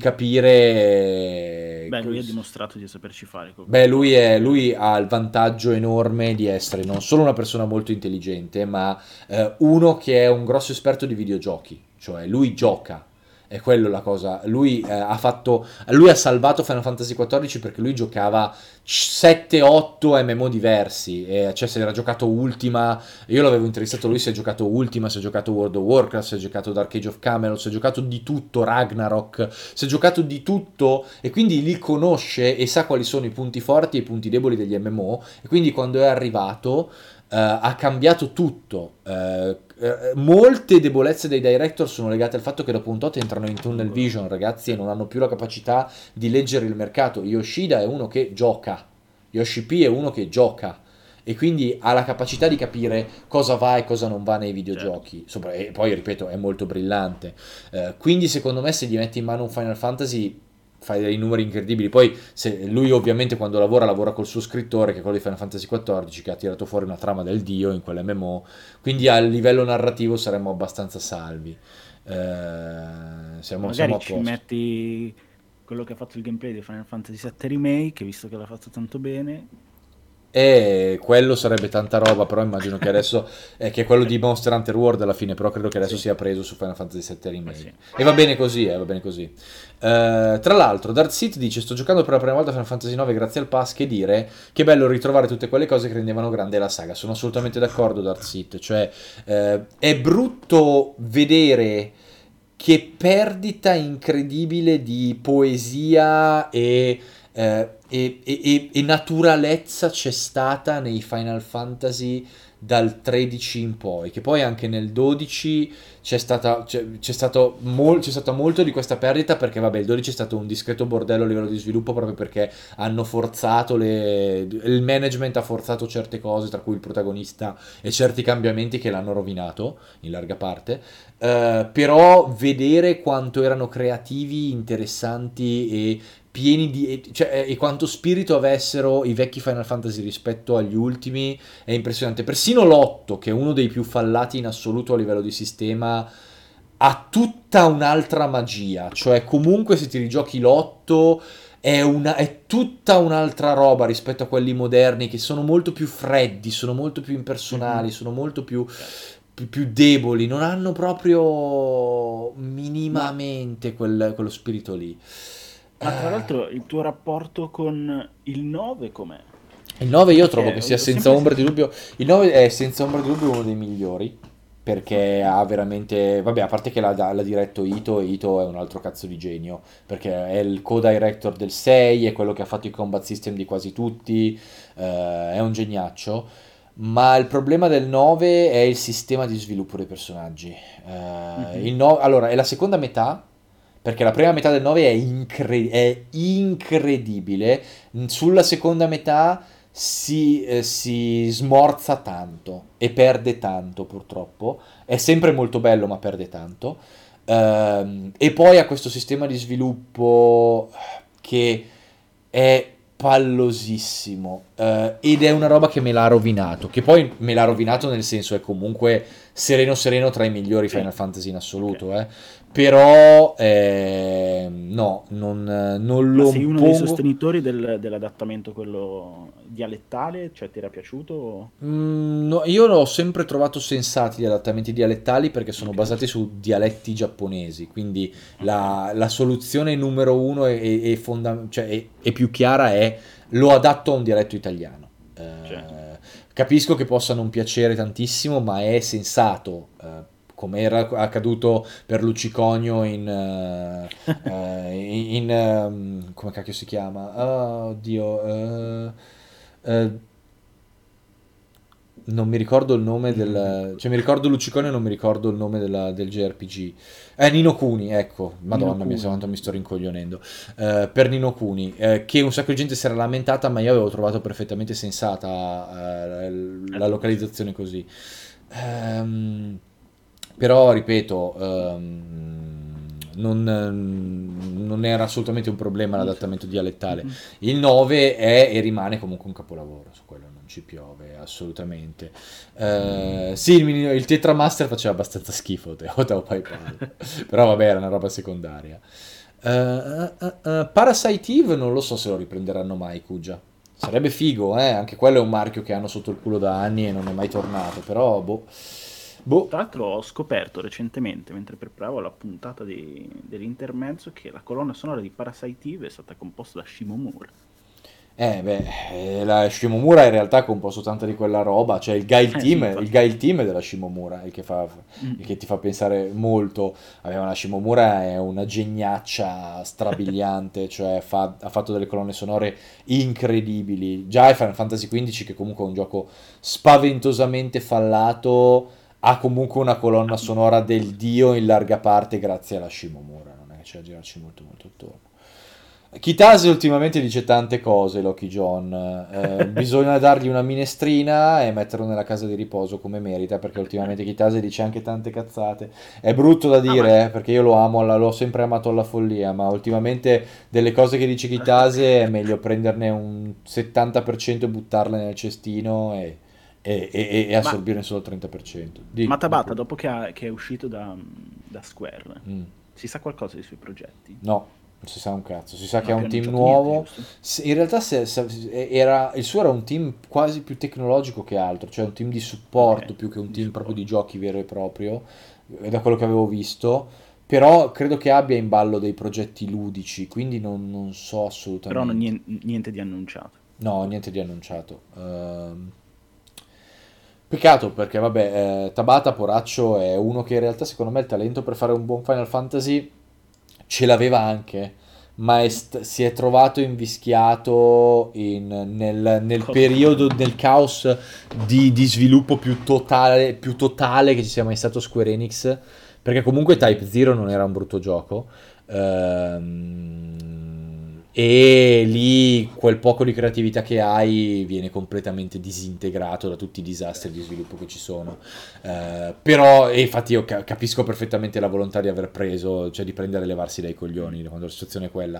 capire. Beh, lui ha dimostrato di saperci fare con Beh, queste lui, cose. è, lui ha il vantaggio enorme di essere non solo una persona molto intelligente, ma eh, uno che è un grosso esperto di videogiochi, cioè lui gioca. È quello la cosa. Lui eh, ha fatto. Lui ha salvato Final Fantasy quattordici perché lui giocava sette otto M M O diversi. E, cioè, se era giocato Ultima. Io l'avevo interessato lui. Si è giocato Ultima, si è giocato World of Warcraft, si è giocato Dark Age of Camelot, si è giocato di tutto. Ragnarok, si è giocato di tutto. E quindi li conosce e sa quali sono i punti forti e i punti deboli degli M M O. E quindi quando è arrivato. Uh, ha cambiato tutto. Uh, uh, molte debolezze dei director sono legate al fatto che dopo un tot entrano in tunnel vision, ragazzi, e non hanno più la capacità di leggere il mercato. Yoshida è uno che gioca, Yoshi P è uno che gioca. E quindi ha la capacità di capire cosa va e cosa non va nei Certo. videogiochi. Sopra- e poi, ripeto, è molto brillante. Uh, quindi, secondo me, se gli metti in mano un Final Fantasy, fai dei numeri incredibili. Poi se lui ovviamente quando lavora lavora col suo scrittore che è quello di Final Fantasy quattordici che ha tirato fuori una trama del dio in quell'M M O, quindi a livello narrativo saremmo abbastanza salvi. Eh, siamo, siamo Magari a ci posto. metti quello che ha fatto il gameplay di Final Fantasy sette Remake, visto che l'ha fatto tanto bene. E quello sarebbe tanta roba, però immagino che adesso è che è quello di Monster Hunter World alla fine, però credo che adesso Sì, sia preso su Final Fantasy sette eh Remake. sì. E va bene così, eh, va bene così. Eh, tra l'altro, Dark Seed dice: sto giocando per la prima volta Final Fantasy nove grazie al pass. Che dire, che bello ritrovare tutte quelle cose che rendevano grande la saga. Sono assolutamente d'accordo, Dark Seed. Cioè, eh, è brutto vedere che perdita incredibile di poesia e eh, e, e- e naturalezza c'è stata nei Final Fantasy dal tredici in poi, che poi anche nel dodici c'è stata, c'è, c'è stato mol- c'è stata molto di questa perdita perché vabbè il dodici è stato un discreto bordello a livello di sviluppo proprio perché hanno forzato le, il management ha forzato certe cose tra cui il protagonista e certi cambiamenti che l'hanno rovinato in larga parte. Uh, però vedere quanto erano creativi, interessanti e pieni di... Cioè, e quanto spirito avessero i vecchi Final Fantasy rispetto agli ultimi è impressionante. Persino l'otto, che è uno dei più fallati in assoluto a livello di sistema, ha tutta un'altra magia. Cioè, comunque se ti rigiochi l'otto è, una, è tutta un'altra roba rispetto a quelli moderni che sono molto più freddi, sono molto più impersonali, Mhm. sono molto più, Certo. più, più deboli, non hanno proprio Ma, minimamente quel- quello spirito lì. ma tra Eh, l'altro il tuo rapporto con il nove com'è? Il nove io trovo che Perché ho, sia ho senza sempre ombra di sentito... dubbio. Il nove è senza ombra di dubbio uno dei migliori. Perché Ok. ha veramente. Vabbè, a parte che l'ha, l'ha diretto Ito, e Ito è un altro cazzo di genio. Perché è il co-director del sei, è quello che ha fatto i combat system di quasi tutti. Eh, è un geniaccio. Ma il problema del nove è il sistema di sviluppo dei personaggi. Eh, Mhm. il no- allora, è la seconda metà. Perché la prima metà del nove è, incre- è incredibile. Sulla seconda metà si, eh, si smorza tanto e perde tanto purtroppo. È sempre molto bello ma perde tanto. Ehm, e poi ha questo sistema di sviluppo che è pallosissimo eh, ed è una roba che me l'ha rovinato. Che poi me l'ha rovinato nel senso è comunque sereno sereno tra i migliori Sì, Final Fantasy in ok. assoluto. Eh. Però eh, no, non, non Ma lo sei uno dei impongo. sostenitori del- dell'adattamento, quello dialettale? Cioè, ti era piaciuto? o- Mm, no, io l'ho sempre trovato sensati gli adattamenti dialettali perché sono Ok, basati su dialetti giapponesi, quindi ok, la, la soluzione numero uno e, e- e fonda- cioè, e- e più chiara è lo adatto a un dialetto italiano. certo. Eh, capisco che possa non piacere tantissimo, ma è sensato, eh, come era accaduto per Luciconio in... eh, eh, in, in, ehm, come cacchio si chiama? Ah, oddio... eh, eh, non mi ricordo il nome Mm, del... Cioè mi ricordo Lucicone e non mi ricordo il nome della- del J R P G. Eh, Nino Kuni, ecco. Nino Madonna mia, se Kuni. quanto mi sto rincoglionendo. Eh, per Nino Kuni, eh, che un sacco di gente si era lamentata, ma io avevo trovato perfettamente sensata eh, Eh la beh, sì. localizzazione così. Ehm, però, ripeto, ehm, non, non era assolutamente un problema l'adattamento dialettale. Mhm. Il nove è e rimane comunque un capolavoro, su quello non ci piove assolutamente. Eh, sì, il, mini- il Tetramaster faceva abbastanza schifo, Teo, Teo PayPal. Però vabbè, era una roba secondaria. Eh, eh, eh, eh, Parasite Eve non lo so se lo riprenderanno mai, Kuja. Sarebbe figo, eh? Anche quello è un marchio che hanno sotto il culo da anni e non è mai tornato, però boh. Boh. Tra l'altro ho scoperto recentemente, mentre preparavo la puntata di- dell'intermezzo, che la colonna sonora di Parasite Eve è stata composta da Shimomura. Eh, beh, eh, la Shimomura in realtà ha composto tanta di quella roba, cioè il Guile Eh sì, Team, il infatti. Guile Team è della Shimomura, il che fa, il Mm. che ti fa pensare molto. Aveva la Shimomura è una geniaccia strabiliante, cioè fa- ha fatto delle colonne sonore incredibili. Già Final Fantasy quindici, che comunque è un gioco spaventosamente fallato, ha comunque una colonna sonora del dio in larga parte grazie alla Shimomura, non è che c'è da girarci molto molto attorno. Kitase ultimamente dice tante cose, Loki John. Eh, bisogna dargli una minestrina e metterlo nella casa di riposo come merita, perché ultimamente Kitase dice anche tante cazzate. È brutto da Ah, ma dire, eh, perché io lo amo, alla- l'ho sempre amato alla follia, ma ultimamente delle cose che dice Kitase è meglio prenderne un settanta per cento e buttarle nel cestino e, e, e- e Ma, assorbirne solo il trenta per cento. Di, ma di Tabata, pure. dopo che, ha- che è uscito da, da Square, Mm. si sa qualcosa dei suoi progetti? No, non si sa un cazzo, si sa che Non ha ha un più team annunciato niente, nuovo. giusto? Se- In realtà se- se- era, il suo era un team quasi più tecnologico che altro, cioè un team di supporto Ok, più che un di team proprio di supporto. giochi vero e proprio, eh, da quello che avevo visto. Però credo che abbia in ballo dei progetti ludici, quindi non, non so Però non- assolutamente. nien- niente di annunciato. No, niente di annunciato. Ehm, Peccato perché, vabbè, eh, Tabata Poraccio è uno che in realtà secondo me il talento per fare un buon Final Fantasy ce l'aveva anche, ma è Mhm. st- si è trovato invischiato in- nel, nel Cosa periodo, succede? nel caos di, di sviluppo più totale, più totale che ci sia mai stato Square Enix, perché comunque Mhm. Type Zero non era un brutto gioco. Ehm, e lì quel poco di creatività che hai viene completamente disintegrato da tutti i disastri di Certo. sviluppo che ci sono. Eh, però, e infatti io ca- capisco perfettamente la volontà di aver preso, cioè di prendere e levarsi dai Mm. coglioni quando la situazione è quella.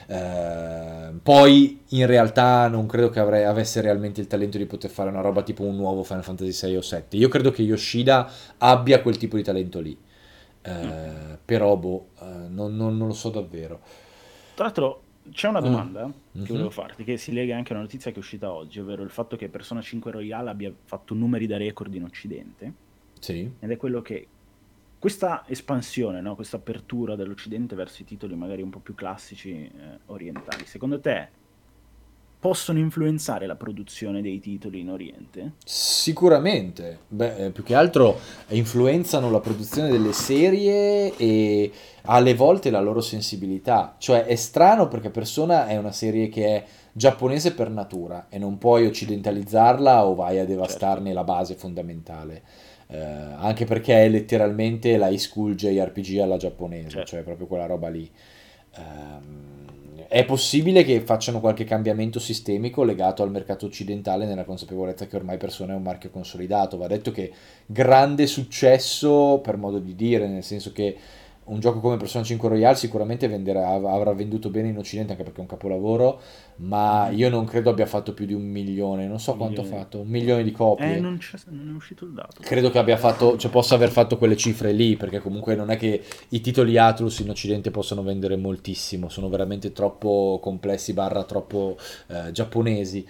Eh, poi in realtà non credo che avrei, avesse realmente il talento di poter fare una roba tipo un nuovo Final Fantasy sei o sette. Io credo che Yoshida abbia quel tipo di talento lì. Ok. Eh, però, boh, eh, non, non- non lo so davvero. Tra l'altro c'è una Ah, domanda che mhm. volevo farti, che si lega anche a una notizia che è uscita oggi, ovvero il fatto che Persona cinque Royale abbia fatto numeri da record in Occidente, Sì. ed è quello che questa espansione, no? Questa apertura dell'Occidente verso i titoli magari un po' più classici eh, orientali, secondo te possono influenzare la produzione dei titoli in Oriente? Sicuramente, beh, eh, più che altro influenzano la produzione delle serie e alle volte la loro sensibilità. Cioè è strano perché Persona è una serie che è giapponese per natura e non puoi occidentalizzarla o vai a Certo, devastarne la base fondamentale. Eh, anche perché è letteralmente la high school J R P G alla giapponese, cioè certo. proprio quella roba lì. Ehm, è possibile che facciano qualche cambiamento sistemico legato al mercato occidentale nella consapevolezza che ormai Persona è un marchio consolidato. Va detto che grande successo, per modo di dire, nel senso che un gioco come Persona cinque Royale sicuramente venderà, avrà venduto bene in Occidente anche perché è un capolavoro, ma Mhm. io non credo abbia fatto più di un milione, non so Un quanto ha milione di... fatto, un milione di Eh, copie. non, c'è- non è uscito il dato, Credo che però. abbia fatto, cioè possa aver fatto quelle cifre lì, perché comunque non è che i titoli Atlus in Occidente possano vendere moltissimo, sono veramente troppo complessi, barra troppo eh, giapponesi.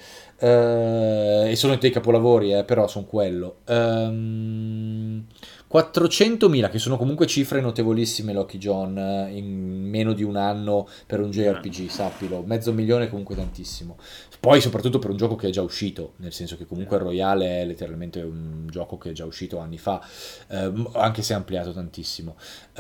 Eh, e sono dei capolavori, eh, però sono quello. Ehm, quattrocentomila, che sono comunque cifre notevolissime, Lucky John, eh, in meno di un anno per un Di un anno. J R P G, sappilo. Mezzo milione è comunque tantissimo. Poi soprattutto per un gioco che è già uscito, nel senso che comunque il Esatto. Royale è letteralmente un gioco che è già uscito anni fa, ehm, anche se è ampliato tantissimo.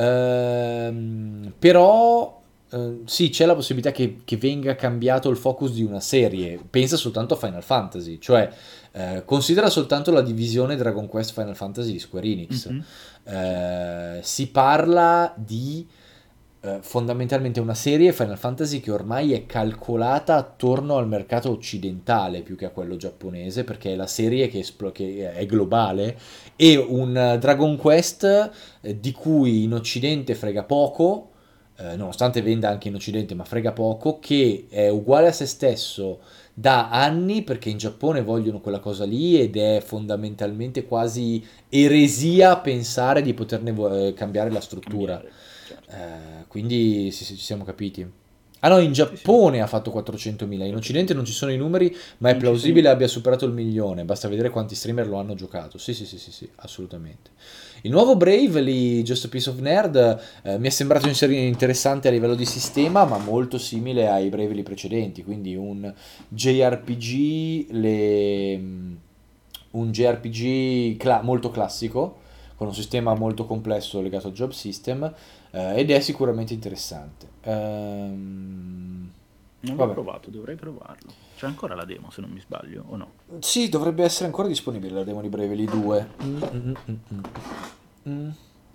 Ehm, però eh, sì, c'è la possibilità che, che venga cambiato il focus di una serie. Pensa soltanto a Final Fantasy, cioè eh, considera soltanto la divisione Dragon Quest Final Fantasy di Square Enix. Mhm. Certo. Eh, si parla di eh, fondamentalmente una serie Final Fantasy che ormai è calcolata attorno al mercato occidentale più che a quello giapponese, perché è la serie che, esplo- che è globale, e un eh, Dragon Quest eh, di cui in Occidente frega poco, eh, nonostante venda anche in Occidente, ma frega poco, che è uguale a se stesso da anni perché in Giappone vogliono quella cosa lì ed è fondamentalmente quasi eresia pensare di poterne vo- eh, cambiare la struttura. Cambiare, certo. Eh, quindi sì, sì, ci siamo capiti. Ah no, in Sì, sì. Giappone ha fatto quattrocentomila, in Occidente non ci sono i numeri, ma è Non ci sono i plausibile numeri. abbia superato il milione, basta vedere quanti streamer lo hanno giocato. Sì, sì, sì, sì, sì, assolutamente. Il nuovo Bravely, Just a Piece of Nerd, eh, mi è sembrato inser- interessante a livello di sistema, ma molto simile ai Bravely precedenti, quindi un J R P G, le- un J R P G cla- molto classico, con un sistema molto complesso legato al job system, eh, ed è sicuramente interessante. Ehm, Non l'ho vabbè. provato, dovrei provarlo. C'è ancora la demo, se non mi sbaglio, o no? Sì, dovrebbe essere ancora disponibile la demo di Bravely due. Mm, mm, mm, mm, mm.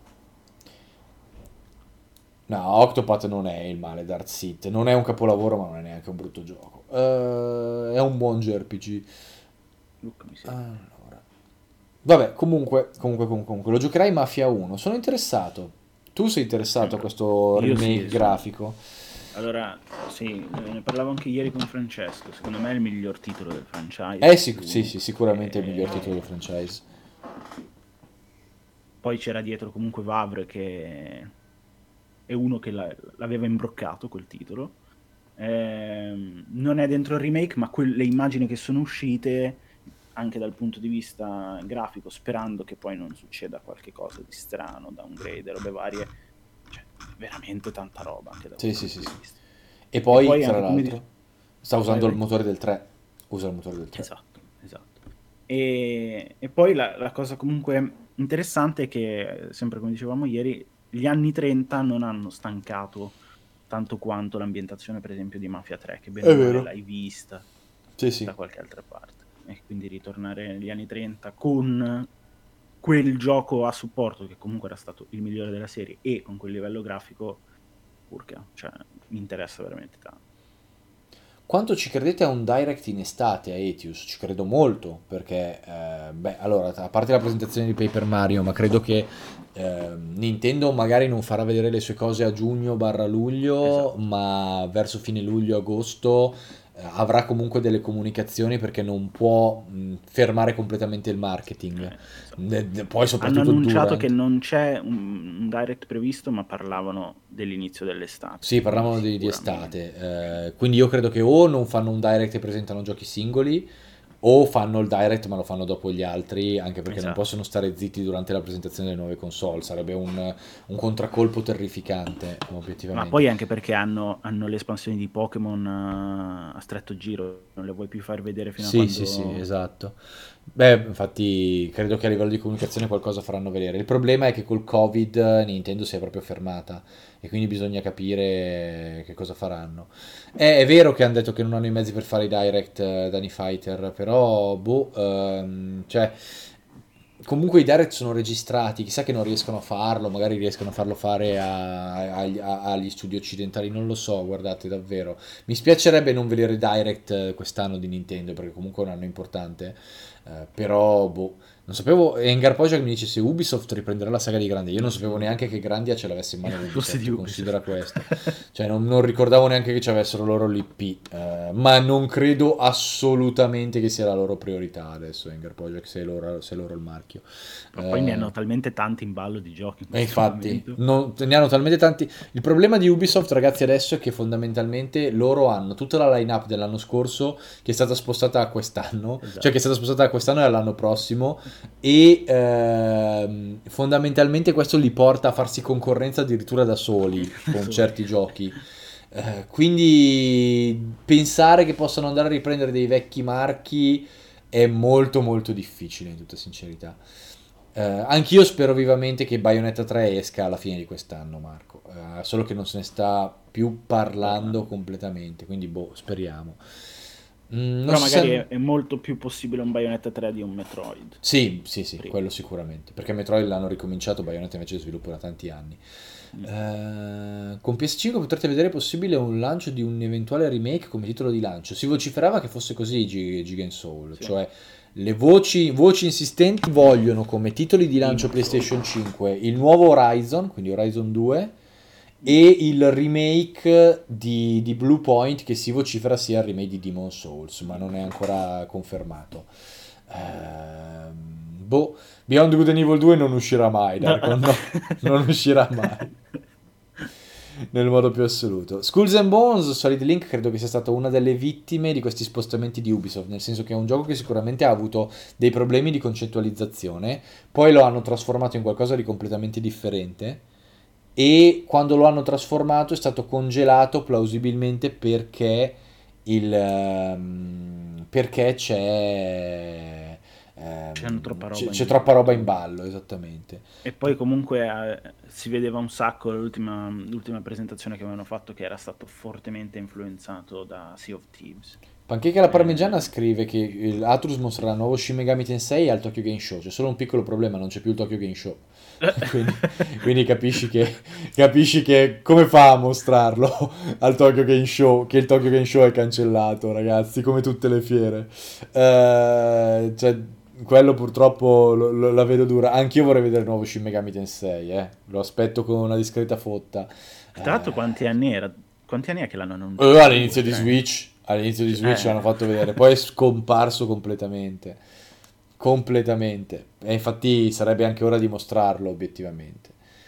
No, Octopath non è il male, Dark Seed. Non è un capolavoro, ma non è neanche un brutto gioco. Eh, è un buon J R P G. Luca mi segna. Allora. Vabbè, comunque, comunque, comunque, comunque, lo giocherai Mafia uno. Sono interessato. Tu sei interessato a Sempre. questo Io remake sì, sono... grafico? Allora, sì, ne parlavo anche ieri con Francesco. Secondo me è il miglior titolo del Eh franchise. sì, sì, Uno. sì, sicuramente è il miglior titolo del E franchise. poi c'era dietro comunque Vavre che è uno che la- l'aveva imbroccato quel titolo. Ehm, non è dentro il remake, ma quelle immagini che sono uscite, anche dal punto di vista grafico, sperando che poi non succeda qualche cosa di strano, downgrade, robe varie, cioè veramente tanta roba anche da Sì, quel sì, punto sì, di sì. vista. E E poi, poi tra anche come dici... l'altro, sta Vai, usando il vai. motore del tre. Usa il motore del tre. Esatto, esatto. E, e poi la, la cosa comunque interessante è che, sempre come dicevamo ieri, gli anni trenta non hanno stancato tanto quanto l'ambientazione, per esempio, di Mafia tre, che bene o È male vero. l'hai vista Sì, sì. da qualche altra parte. E quindi ritornare negli anni trenta con quel gioco a supporto, che comunque era stato il migliore della serie, e con quel livello grafico, urca, cioè mi interessa veramente tanto. Quanto ci credete a un direct in estate a Etius? Ci credo molto, perché, eh, beh, allora, a parte la presentazione di Paper Mario, ma credo che eh, Nintendo magari non farà vedere le sue cose a giugno barra luglio, Esatto. ma verso fine luglio-agosto eh, avrà comunque delle comunicazioni perché non può mh, fermare completamente il marketing. Eh, esatto. Ne- ne- Poi Hanno soprattutto annunciato che durante... non c'è un, un direct previsto, ma parlavano dell'inizio dell'estate, Sì, quindi parlavano di, di sicuramente. estate, eh, quindi io credo che o non fanno un direct e presentano giochi singoli, o fanno il direct ma lo fanno dopo gli altri, anche perché non Esatto. possono stare zitti durante la presentazione delle nuove console, sarebbe un, un contraccolpo terrificante, Ma obiettivamente. poi anche perché hanno, hanno le espansioni di Pokémon eh, a stretto giro, non le vuoi più far vedere fino a Sì, sì, sì, quando... esatto. Beh, infatti credo che a livello di comunicazione qualcosa faranno vedere. Il problema è che col Covid Nintendo si è proprio fermata e quindi bisogna capire che cosa faranno. È, è vero che hanno detto che non hanno i mezzi per fare i direct eh, Dani Fighter, però boh, ehm, cioè comunque i direct sono registrati, chissà che non riescono a farlo, magari riescono a farlo fare a- a- a- agli studi occidentali, non lo so, guardate davvero. Mi spiacerebbe non vedere direct eh, quest'anno di Nintendo perché comunque è un anno importante, eh, però boh, non sapevo, Engar Pojak mi dice se Ubisoft riprenderà la saga di Grandia, io non sapevo neanche che Grandia ce l'avesse in mano Fosse di Ubisoft, considera Ubisoft. questo. Cioè non, non ricordavo neanche che ci avessero loro l'I P, eh, ma non credo assolutamente che sia la loro priorità adesso Engar Project, se è loro, se è loro il marchio. Ma poi ne Eh, hanno talmente tanti in ballo di giochi in e questo infatti, momento. non- ne hanno talmente tanti. Il problema di Ubisoft, ragazzi, adesso è che fondamentalmente loro hanno tutta la line-up dell'anno scorso che è stata spostata a quest'anno, cioè che è Esatto. stata spostata da quest'anno e all'anno prossimo, e ehm, fondamentalmente questo li porta a farsi concorrenza addirittura da soli Da con soli. certi giochi. Eh, quindi pensare che possano andare a riprendere dei vecchi marchi è molto molto difficile, in tutta sincerità. Eh, anch'io spero vivamente che Bayonetta tre esca alla fine di quest'anno, Marco. Eh, solo che non se ne sta più parlando Parlando. completamente, quindi boh, speriamo. Mm, non Però si magari sa... è, è molto più possibile un Bayonetta tre di un Metroid. Sì, sì, sì, Primo. quello sicuramente. Perché Metroid l'hanno ricominciato, Bayonetta invece sviluppo da tanti anni. Mm. Eh, con P S cinque potrete vedere possibile un lancio di un eventuale remake come titolo di lancio. Si vociferava che fosse così G- Giga Soul, Sì. cioè le voci, voci insistenti vogliono come titoli di lancio Demon Soul. PlayStation cinque il nuovo Horizon, quindi Horizon due, e il remake di, di Blue Point, che si vocifera sia il remake di Demon Souls, ma non è ancora confermato. Ehm, boh, Beyond Good and Evil due non uscirà mai, Darkon, no, non uscirà mai. Nel modo più assoluto. Skulls and Bones, Solid Link credo che sia stata una delle vittime di questi spostamenti di Ubisoft, nel senso che è un gioco che sicuramente ha avuto dei problemi di concettualizzazione, poi lo hanno trasformato in qualcosa di completamente differente e quando lo hanno trasformato è stato congelato plausibilmente perché il ehm, perché c'è C'è ehm, troppa c'è, roba c'è in troppa roba in ballo. ballo, esattamente. E poi comunque eh, si vedeva un sacco l'ultima, l'ultima presentazione che avevano fatto che era stato fortemente influenzato da Sea of Thieves. Pancake alla parmigiana Eh, scrive che il Atlus mostrerà il nuovo Shin Megami Tensei al Tokyo Game Show. C'è solo un piccolo problema, non c'è più il Tokyo Game Show. quindi, quindi capisci che capisci che come fa a mostrarlo al Tokyo Game Show? Che il Tokyo Game Show è cancellato, ragazzi, come tutte le fiere. Eh, cioè, quello purtroppo lo- lo- la vedo dura. Anch'io vorrei vedere il nuovo Shin Megami Tensei, eh. Lo aspetto con una discreta fotta. Tra l'altro Eh, quanti anni era? Quanti anni è che l'hanno eh, annunciato? Due, all'inizio di tre? Switch, all'inizio di Switch l'hanno Eh, fatto vedere, poi è scomparso completamente. Completamente. E infatti sarebbe anche ora di mostrarlo obiettivamente.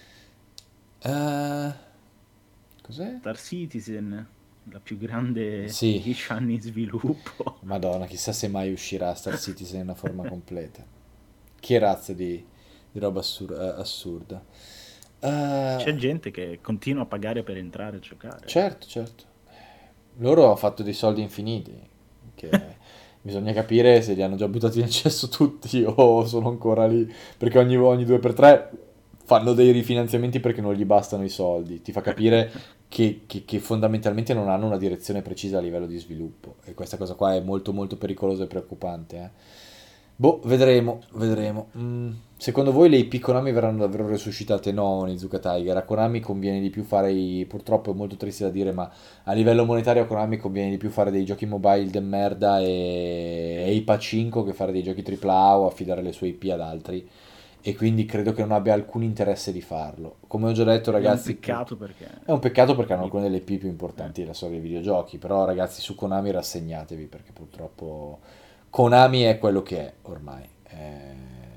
Eh, cos'è? Star Citizen, la più grande Sì, dieci anni di sviluppo. Madonna, chissà se mai uscirà Star Citizen in una forma completa. Che razza di, di roba assur- eh, assurda. Eh, C'è gente che continua a pagare per entrare a giocare. certo, certo. Loro hanno fatto dei soldi infiniti, che bisogna capire se li hanno già buttati nel cesso tutti o sono ancora lì, perché ogni, ogni due per tre fanno dei rifinanziamenti perché non gli bastano i soldi. Ti fa capire che, che- che fondamentalmente non hanno una direzione precisa a livello di sviluppo e questa cosa qua è molto molto pericolosa e preoccupante, eh. Boh, vedremo, vedremo. Mm, secondo voi le I P Konami verranno davvero resuscitate? No, Nizuka Tiger. A Konami conviene di più fare i... Purtroppo è molto triste da dire, ma a livello monetario a Konami conviene di più fare dei giochi mobile de merda e, e i pacinco che fare dei giochi tripla A o affidare le sue I P ad altri. E quindi credo che non abbia alcun interesse di farlo. Come ho già detto, Ed è un ragazzi, peccato perché... è un peccato perché hanno i- alcune delle I P più eh, importanti della storia dei videogiochi. Però, ragazzi, su Konami rassegnatevi perché purtroppo Konami è quello che è ormai. Eh,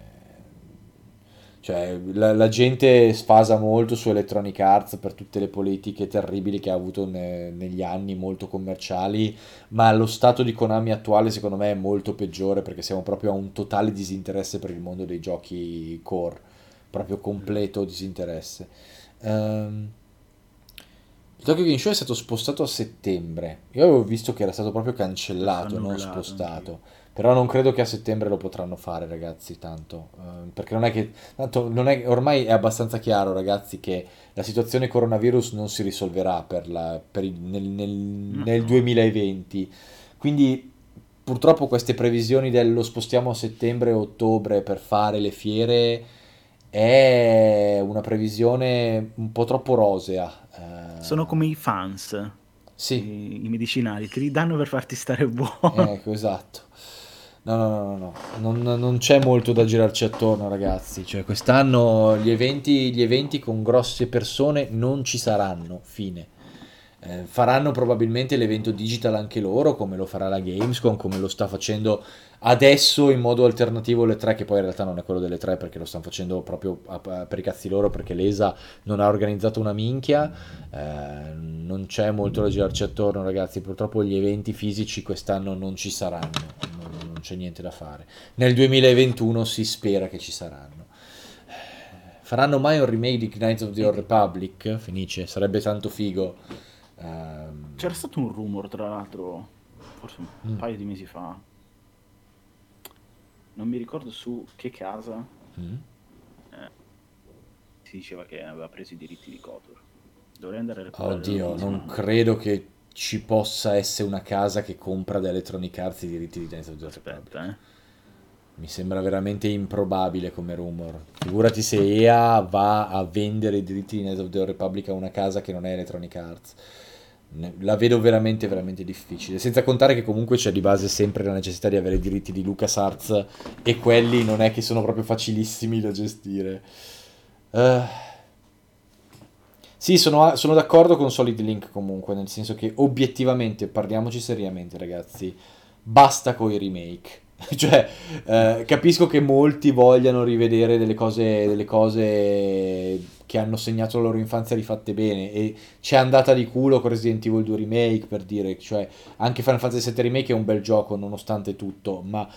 cioè, la, la gente sfasa molto su Electronic Arts per tutte le politiche terribili che ha avuto ne- negli anni, molto commerciali, ma lo stato di Konami attuale secondo me è molto peggiore perché siamo proprio a un totale disinteresse per il mondo dei giochi core, proprio completo disinteresse. Ehm, il Tokyo Game Show è stato spostato a settembre. Io avevo visto che era stato proprio È stato cancellato, non annullato anch'io. spostato. Però non credo che a settembre lo potranno fare, ragazzi, tanto. Eh, perché non è che... Tanto non è, ormai è abbastanza chiaro, ragazzi, che la situazione coronavirus non si risolverà per la- per il- nel, nel- No, nel no. duemilaventi. Quindi purtroppo queste previsioni del lo spostiamo a settembre o ottobre per fare le fiere è una previsione un po' troppo rosea. Sono Eh, come i fans, sì, i, i medicinali, te li danno per farti stare buono. ecco, esatto. No, no, no, no, no. Non, non c'è molto da girarci attorno, ragazzi. Cioè, quest'anno gli eventi, gli eventi con grosse persone non ci saranno. Fine. Eh, faranno probabilmente l'evento digital anche loro, come lo farà la Gamescom, come lo sta facendo adesso in modo alternativo le tre, che poi in realtà non è quello delle tre perché lo stanno facendo proprio a- a- per i cazzi loro, perché l'E S A non ha organizzato una minchia. Eh, non c'è molto da girarci attorno, ragazzi. Purtroppo gli eventi fisici quest'anno non ci saranno, non, non c'è niente da fare. Nel duemilaventuno si spera che ci saranno. Faranno mai un remake di Knights of the Old Republic? Fenice, sarebbe tanto figo. Ehm, C'era stato un rumor, tra l'altro, forse un mm, paio di mesi fa, non mi ricordo su che casa, mm. eh, si diceva che aveva preso i diritti di Kotor. Dovrei andare a recuperare la Oddio, notizia, non ma... credo che ci possa essere una casa che compra da Electronic Arts i diritti di Knights of the Old Republic. Aspetta, eh. Mi sembra veramente improbabile come rumor. Figurati se E A va a vendere i diritti di Knights of the Old Republic a una casa che non è Electronic Arts. Ne- La vedo veramente, veramente difficile. Senza contare che comunque c'è di base sempre la necessità di avere i diritti di LucasArts e quelli non è che sono proprio facilissimi da gestire. Eh, Sì, sono, sono d'accordo con Solid Link comunque, nel senso che obiettivamente, parliamoci seriamente ragazzi, basta con i remake. Cioè, eh, capisco che molti vogliano rivedere delle cose, delle cose che hanno segnato la loro infanzia rifatte bene e c'è andata di culo con Resident Evil due Remake, per dire, cioè anche Final Fantasy sette Remake è un bel gioco nonostante tutto, ma,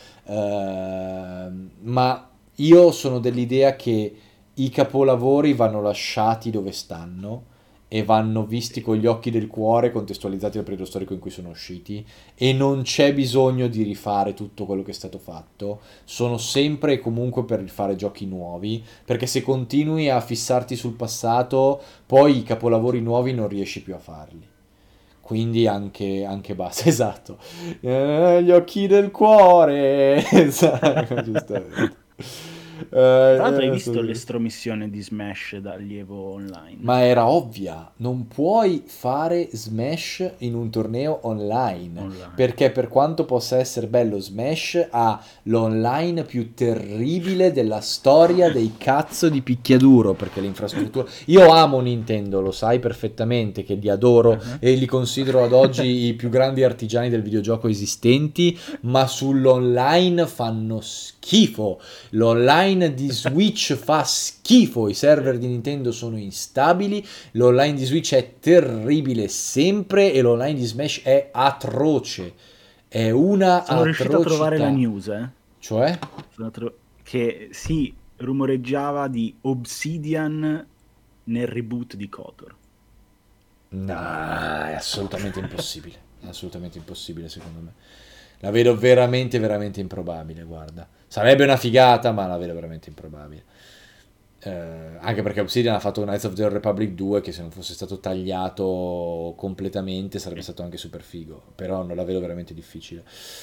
ehm, ma io sono dell'idea che i capolavori vanno lasciati dove stanno e vanno visti con gli occhi del cuore, contestualizzati al periodo storico in cui sono usciti, e non c'è bisogno di rifare tutto quello che è stato fatto. Sono sempre e comunque per rifare giochi nuovi, perché se continui a fissarti sul passato, poi i capolavori nuovi non riesci più a farli. Quindi anche, anche basta, esatto. Eh, gli occhi del cuore, esatto, giustamente. Tra l'altro hai Eh, eh, visto so- l'estromissione di Smash da allievo online? Ma era ovvia, non puoi fare Smash in un torneo online, Online. perché per quanto possa essere bello Smash, ha l'online più terribile della storia dei cazzo di picchiaduro, perché l'infrastruttura... Io amo Nintendo, lo sai perfettamente che li adoro Uh-huh. e li considero ad oggi i più grandi artigiani del videogioco esistenti, ma sull'online fanno schifo. L'online di Switch fa schifo, i server di Nintendo sono instabili, l'online di Switch è terribile sempre e l'online di Smash è atroce. È una Sono riuscito a trovare la atrocità. news, eh? Cioè? Sono tro- che si rumoreggiava di Obsidian nel reboot di KOTOR. No, è assolutamente impossibile. È assolutamente impossibile secondo me. La vedo veramente, veramente improbabile, guarda. Sarebbe una figata, ma la vedo veramente improbabile. Eh, anche perché Obsidian ha fatto Knights of the Old Republic due che se non fosse stato tagliato completamente sarebbe stato anche super figo, però non la vedo veramente difficile.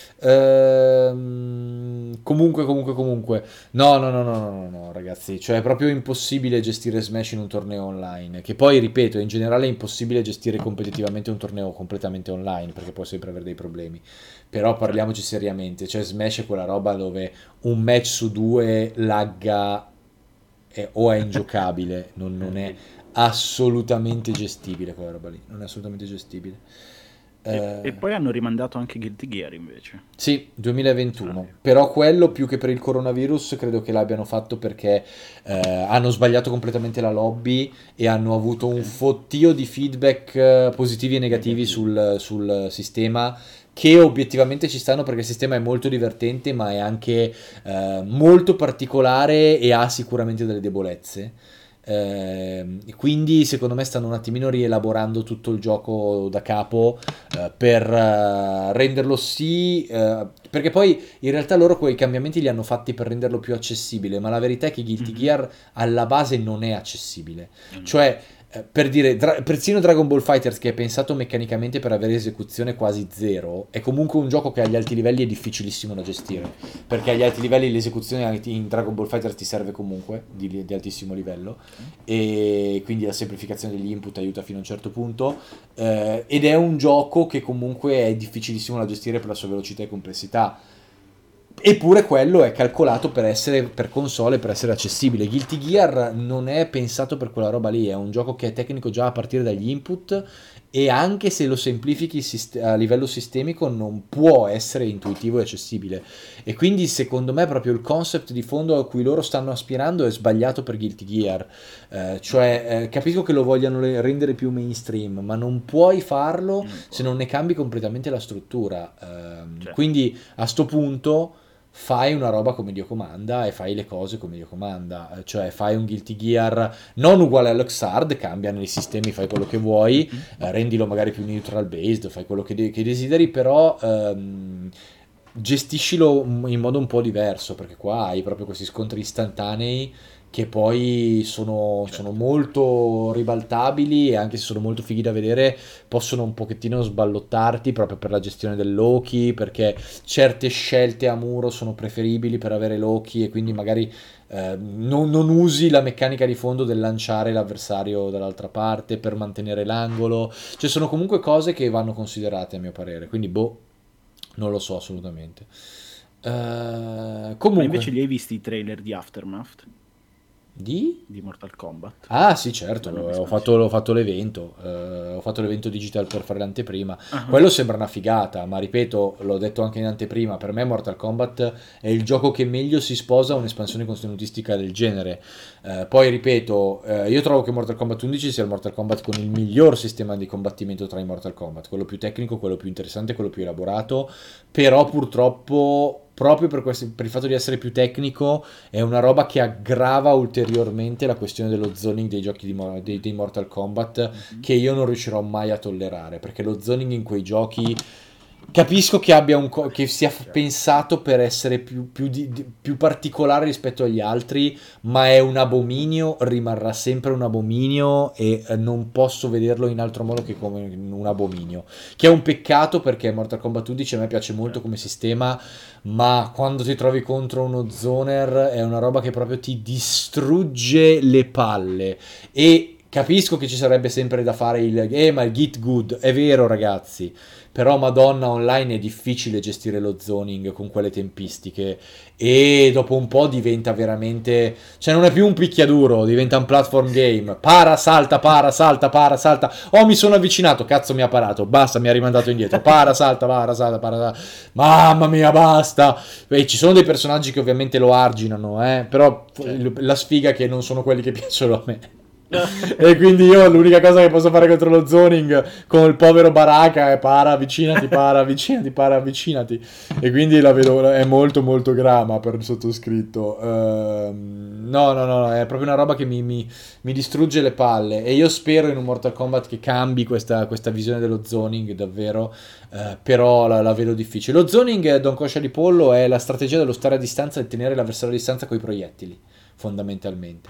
Ehm, comunque, comunque, comunque, no, no, no, no, no, no, no, ragazzi, cioè è proprio impossibile gestire Smash in un torneo online, che poi, ripeto, in generale è impossibile gestire competitivamente un torneo completamente online, perché puoi sempre avere dei problemi. Però Cioè, parliamoci seriamente, cioè Smash è quella roba dove un match su due lagga è- o è ingiocabile, non, non è assolutamente gestibile quella roba lì, non è assolutamente gestibile. e, e Eh, poi hanno rimandato anche Guilty Gear invece. sì, duemilaventuno, Sai. però quello più che per il coronavirus credo che l'abbiano fatto perché eh, hanno sbagliato completamente la lobby e hanno avuto un Ok. fottio di feedback eh, positivi e negativi Negativi. sul, sul sistema che obiettivamente ci stanno perché il sistema è molto divertente ma è anche eh, molto particolare e ha sicuramente delle debolezze. Eh, quindi secondo me stanno un attimino rielaborando tutto il gioco da capo eh, per eh, renderlo sì, eh, perché poi in realtà loro quei cambiamenti li hanno fatti per renderlo più accessibile, ma la verità è che Guilty Mhm. Gear alla base non è accessibile. Non lo è. Cioè, eh, per dire, dra- persino Dragon Ball Fighters, che è pensato meccanicamente per avere esecuzione quasi zero, è comunque un gioco che agli alti livelli è difficilissimo da gestire, perché agli alti livelli l'esecuzione in Dragon Ball Fighters ti serve comunque, di, di altissimo livello, Ok. e quindi la semplificazione degli input aiuta fino a un certo punto, eh, ed è un gioco che comunque è difficilissimo da gestire per la sua velocità e complessità. Eppure quello è calcolato per essere per console, per essere accessibile. Guilty Gear non è pensato per quella roba lì, è un gioco che è tecnico già a partire dagli input e anche se lo semplifichi sist- a livello sistemico non può essere intuitivo e accessibile. E quindi secondo me proprio il concept di fondo a cui loro stanno aspirando è sbagliato per Guilty Gear. Eh, Ok. cioè eh, capisco che lo vogliano le- rendere più mainstream, ma non puoi farlo Non se puoi. non ne cambi completamente la struttura. Ehm, Certo. quindi a sto punto fai una roba come Dio comanda e fai le cose come Dio comanda, eh, cioè fai un Guilty Gear non uguale all'Oxard, cambiano i sistemi, fai quello che vuoi, Mhm. eh, rendilo magari più neutral based, fai quello che, de- che desideri, però ehm, gestiscilo in modo un po' diverso, perché qua hai proprio questi scontri istantanei che poi sono, sono Certo. molto ribaltabili e anche se sono molto fighi da vedere possono un pochettino sballottarti proprio per la gestione del Loki, perché certe scelte a muro sono preferibili per avere Loki e quindi magari eh, non, non usi la meccanica di fondo del lanciare l'avversario dall'altra parte per mantenere l'angolo. Cioè sono comunque cose che vanno considerate a mio parere, quindi boh, non lo so assolutamente. Eh, Ma invece comunque, li hai visti i trailer di Aftermath? Di? di Mortal Kombat. Ah sì, certo, La nuova ho espansione. fatto, ho fatto l'evento, eh, ho fatto l'evento digital per fare l'anteprima. Ah, Quello sembra una figata, ma ripeto, l'ho detto anche in anteprima, per me Mortal Kombat è il gioco che meglio si sposa a un'espansione contenutistica del genere. Eh, poi ripeto, eh, io trovo che Mortal Kombat undici sia il Mortal Kombat con il miglior sistema di combattimento tra i Mortal Kombat, quello più tecnico, quello più interessante, quello più elaborato, però purtroppo... Proprio per, questo, per il fatto di essere più tecnico, è una roba che aggrava ulteriormente la questione dello zoning dei giochi di, Mo- dei, dei Mortal Kombat, mhm. che io non riuscirò mai a tollerare, perché lo zoning in quei giochi capisco che abbia un co- che sia f- Certo. pensato per essere più, più di- di- più particolare rispetto agli altri, ma è un abominio, rimarrà sempre un abominio e eh, non posso vederlo in altro modo che come un abominio, che è un peccato perché Mortal Kombat undici a me piace molto Certo. come sistema, ma quando ti trovi contro uno zoner è una roba che proprio ti distrugge le palle. E capisco che ci sarebbe sempre da fare il eh ma il git good, è vero ragazzi, però Madonna online è difficile gestire lo zoning con quelle tempistiche e dopo un po' diventa veramente, cioè non è più un picchiaduro, diventa un platform game, para, salta, para, salta, para, salta, oh mi sono avvicinato, cazzo mi ha parato, basta, mi ha rimandato indietro, para, salta, para, salta, para, salta. Mamma mia, basta. E ci sono dei personaggi che ovviamente lo arginano, eh, però Certo. la sfiga è che non sono quelli che piacciono a me. E quindi io l'unica cosa che posso fare contro lo zoning con il povero Baraka è para, avvicinati, para, avvicinati, para, avvicinati. E quindi la vedo, è molto molto grama per il sottoscritto. Ehm, no, no, no, è proprio una roba che mi, mi- mi distrugge le palle. E io spero in un Mortal Kombat che cambi questa, questa visione dello zoning, davvero. Eh, però la, la vedo difficile. Lo zoning, Don Coscia di Pollo, è la strategia dello stare a distanza e tenere l'avversario a distanza con i proiettili, fondamentalmente.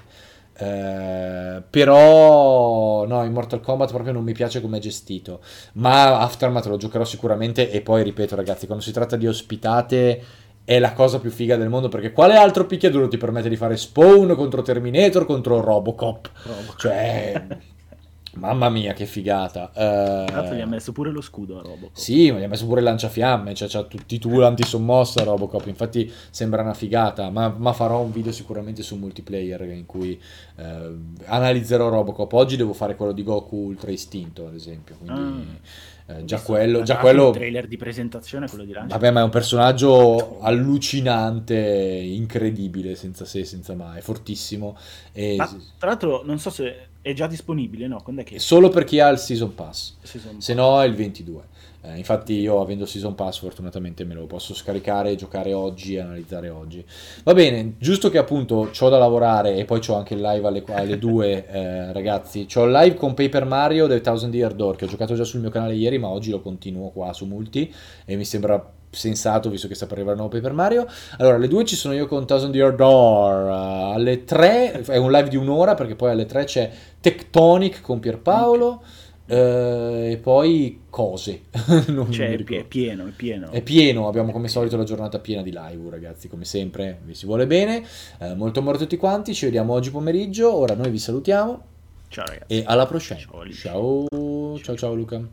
Eh, però no, in Mortal Kombat proprio non mi piace come è gestito, ma Aftermath lo giocherò sicuramente. E poi ripeto ragazzi, quando si tratta di ospitate è la cosa più figa del mondo, perché quale altro picchiaduro ti permette di fare Spawn contro Terminator contro Robocop? Robocop. Cioè, mamma mia che figata. Tra l'altro gli ha Eh, messo pure lo scudo a Robocop. sì, ma gli ha messo pure il lanciafiamme, cioè c'ha tutti i tool antisommossa Robocop, infatti sembra una figata, ma, ma farò un video sicuramente su multiplayer in cui eh, analizzerò Robocop. Oggi devo fare quello di Goku Ultra Istinto, ad esempio, Ah, quindi eh, ho già visto, quello, ma già tra l'altro il quello, trailer di presentazione, quello di lancio, vabbè, ma è un personaggio cazzo. allucinante, incredibile, senza se, senza ma, è fortissimo, e Ma tra l'altro non so se è già disponibile, no? Quando è che esce? solo per chi ha il Season Pass, Season se Pass. no è il ventidue. Eh, infatti io avendo Season Pass fortunatamente me lo posso scaricare, giocare oggi e analizzare oggi. Va bene, giusto che appunto c'ho da lavorare e poi c'ho anche il live alle, alle due, eh, ragazzi. C'ho il live con Paper Mario del Thousand Year Door che ho giocato già sul mio canale ieri, ma oggi lo continuo qua su Multi e mi sembra sensato visto che sta per arrivare il nuovo Paper Mario. Allora, alle due ci sono io con Thousand Year Door, uh, alle tre è un live di un'ora perché poi alle tre c'è Tectonic con Ok. Pierpaolo. Eh, e poi cose, non Cioè mi è, pie- è ricordo. pieno, è È pieno. pieno, abbiamo È come pieno. solito la giornata piena di live, ragazzi, come sempre, vi si vuole bene. Eh, molto amore a tutti quanti, ci vediamo oggi pomeriggio, ora noi vi salutiamo Ciao e ragazzi. alla prossima. Ciao Alice. Ciao, Ciao ciao ciao. ciao Luca.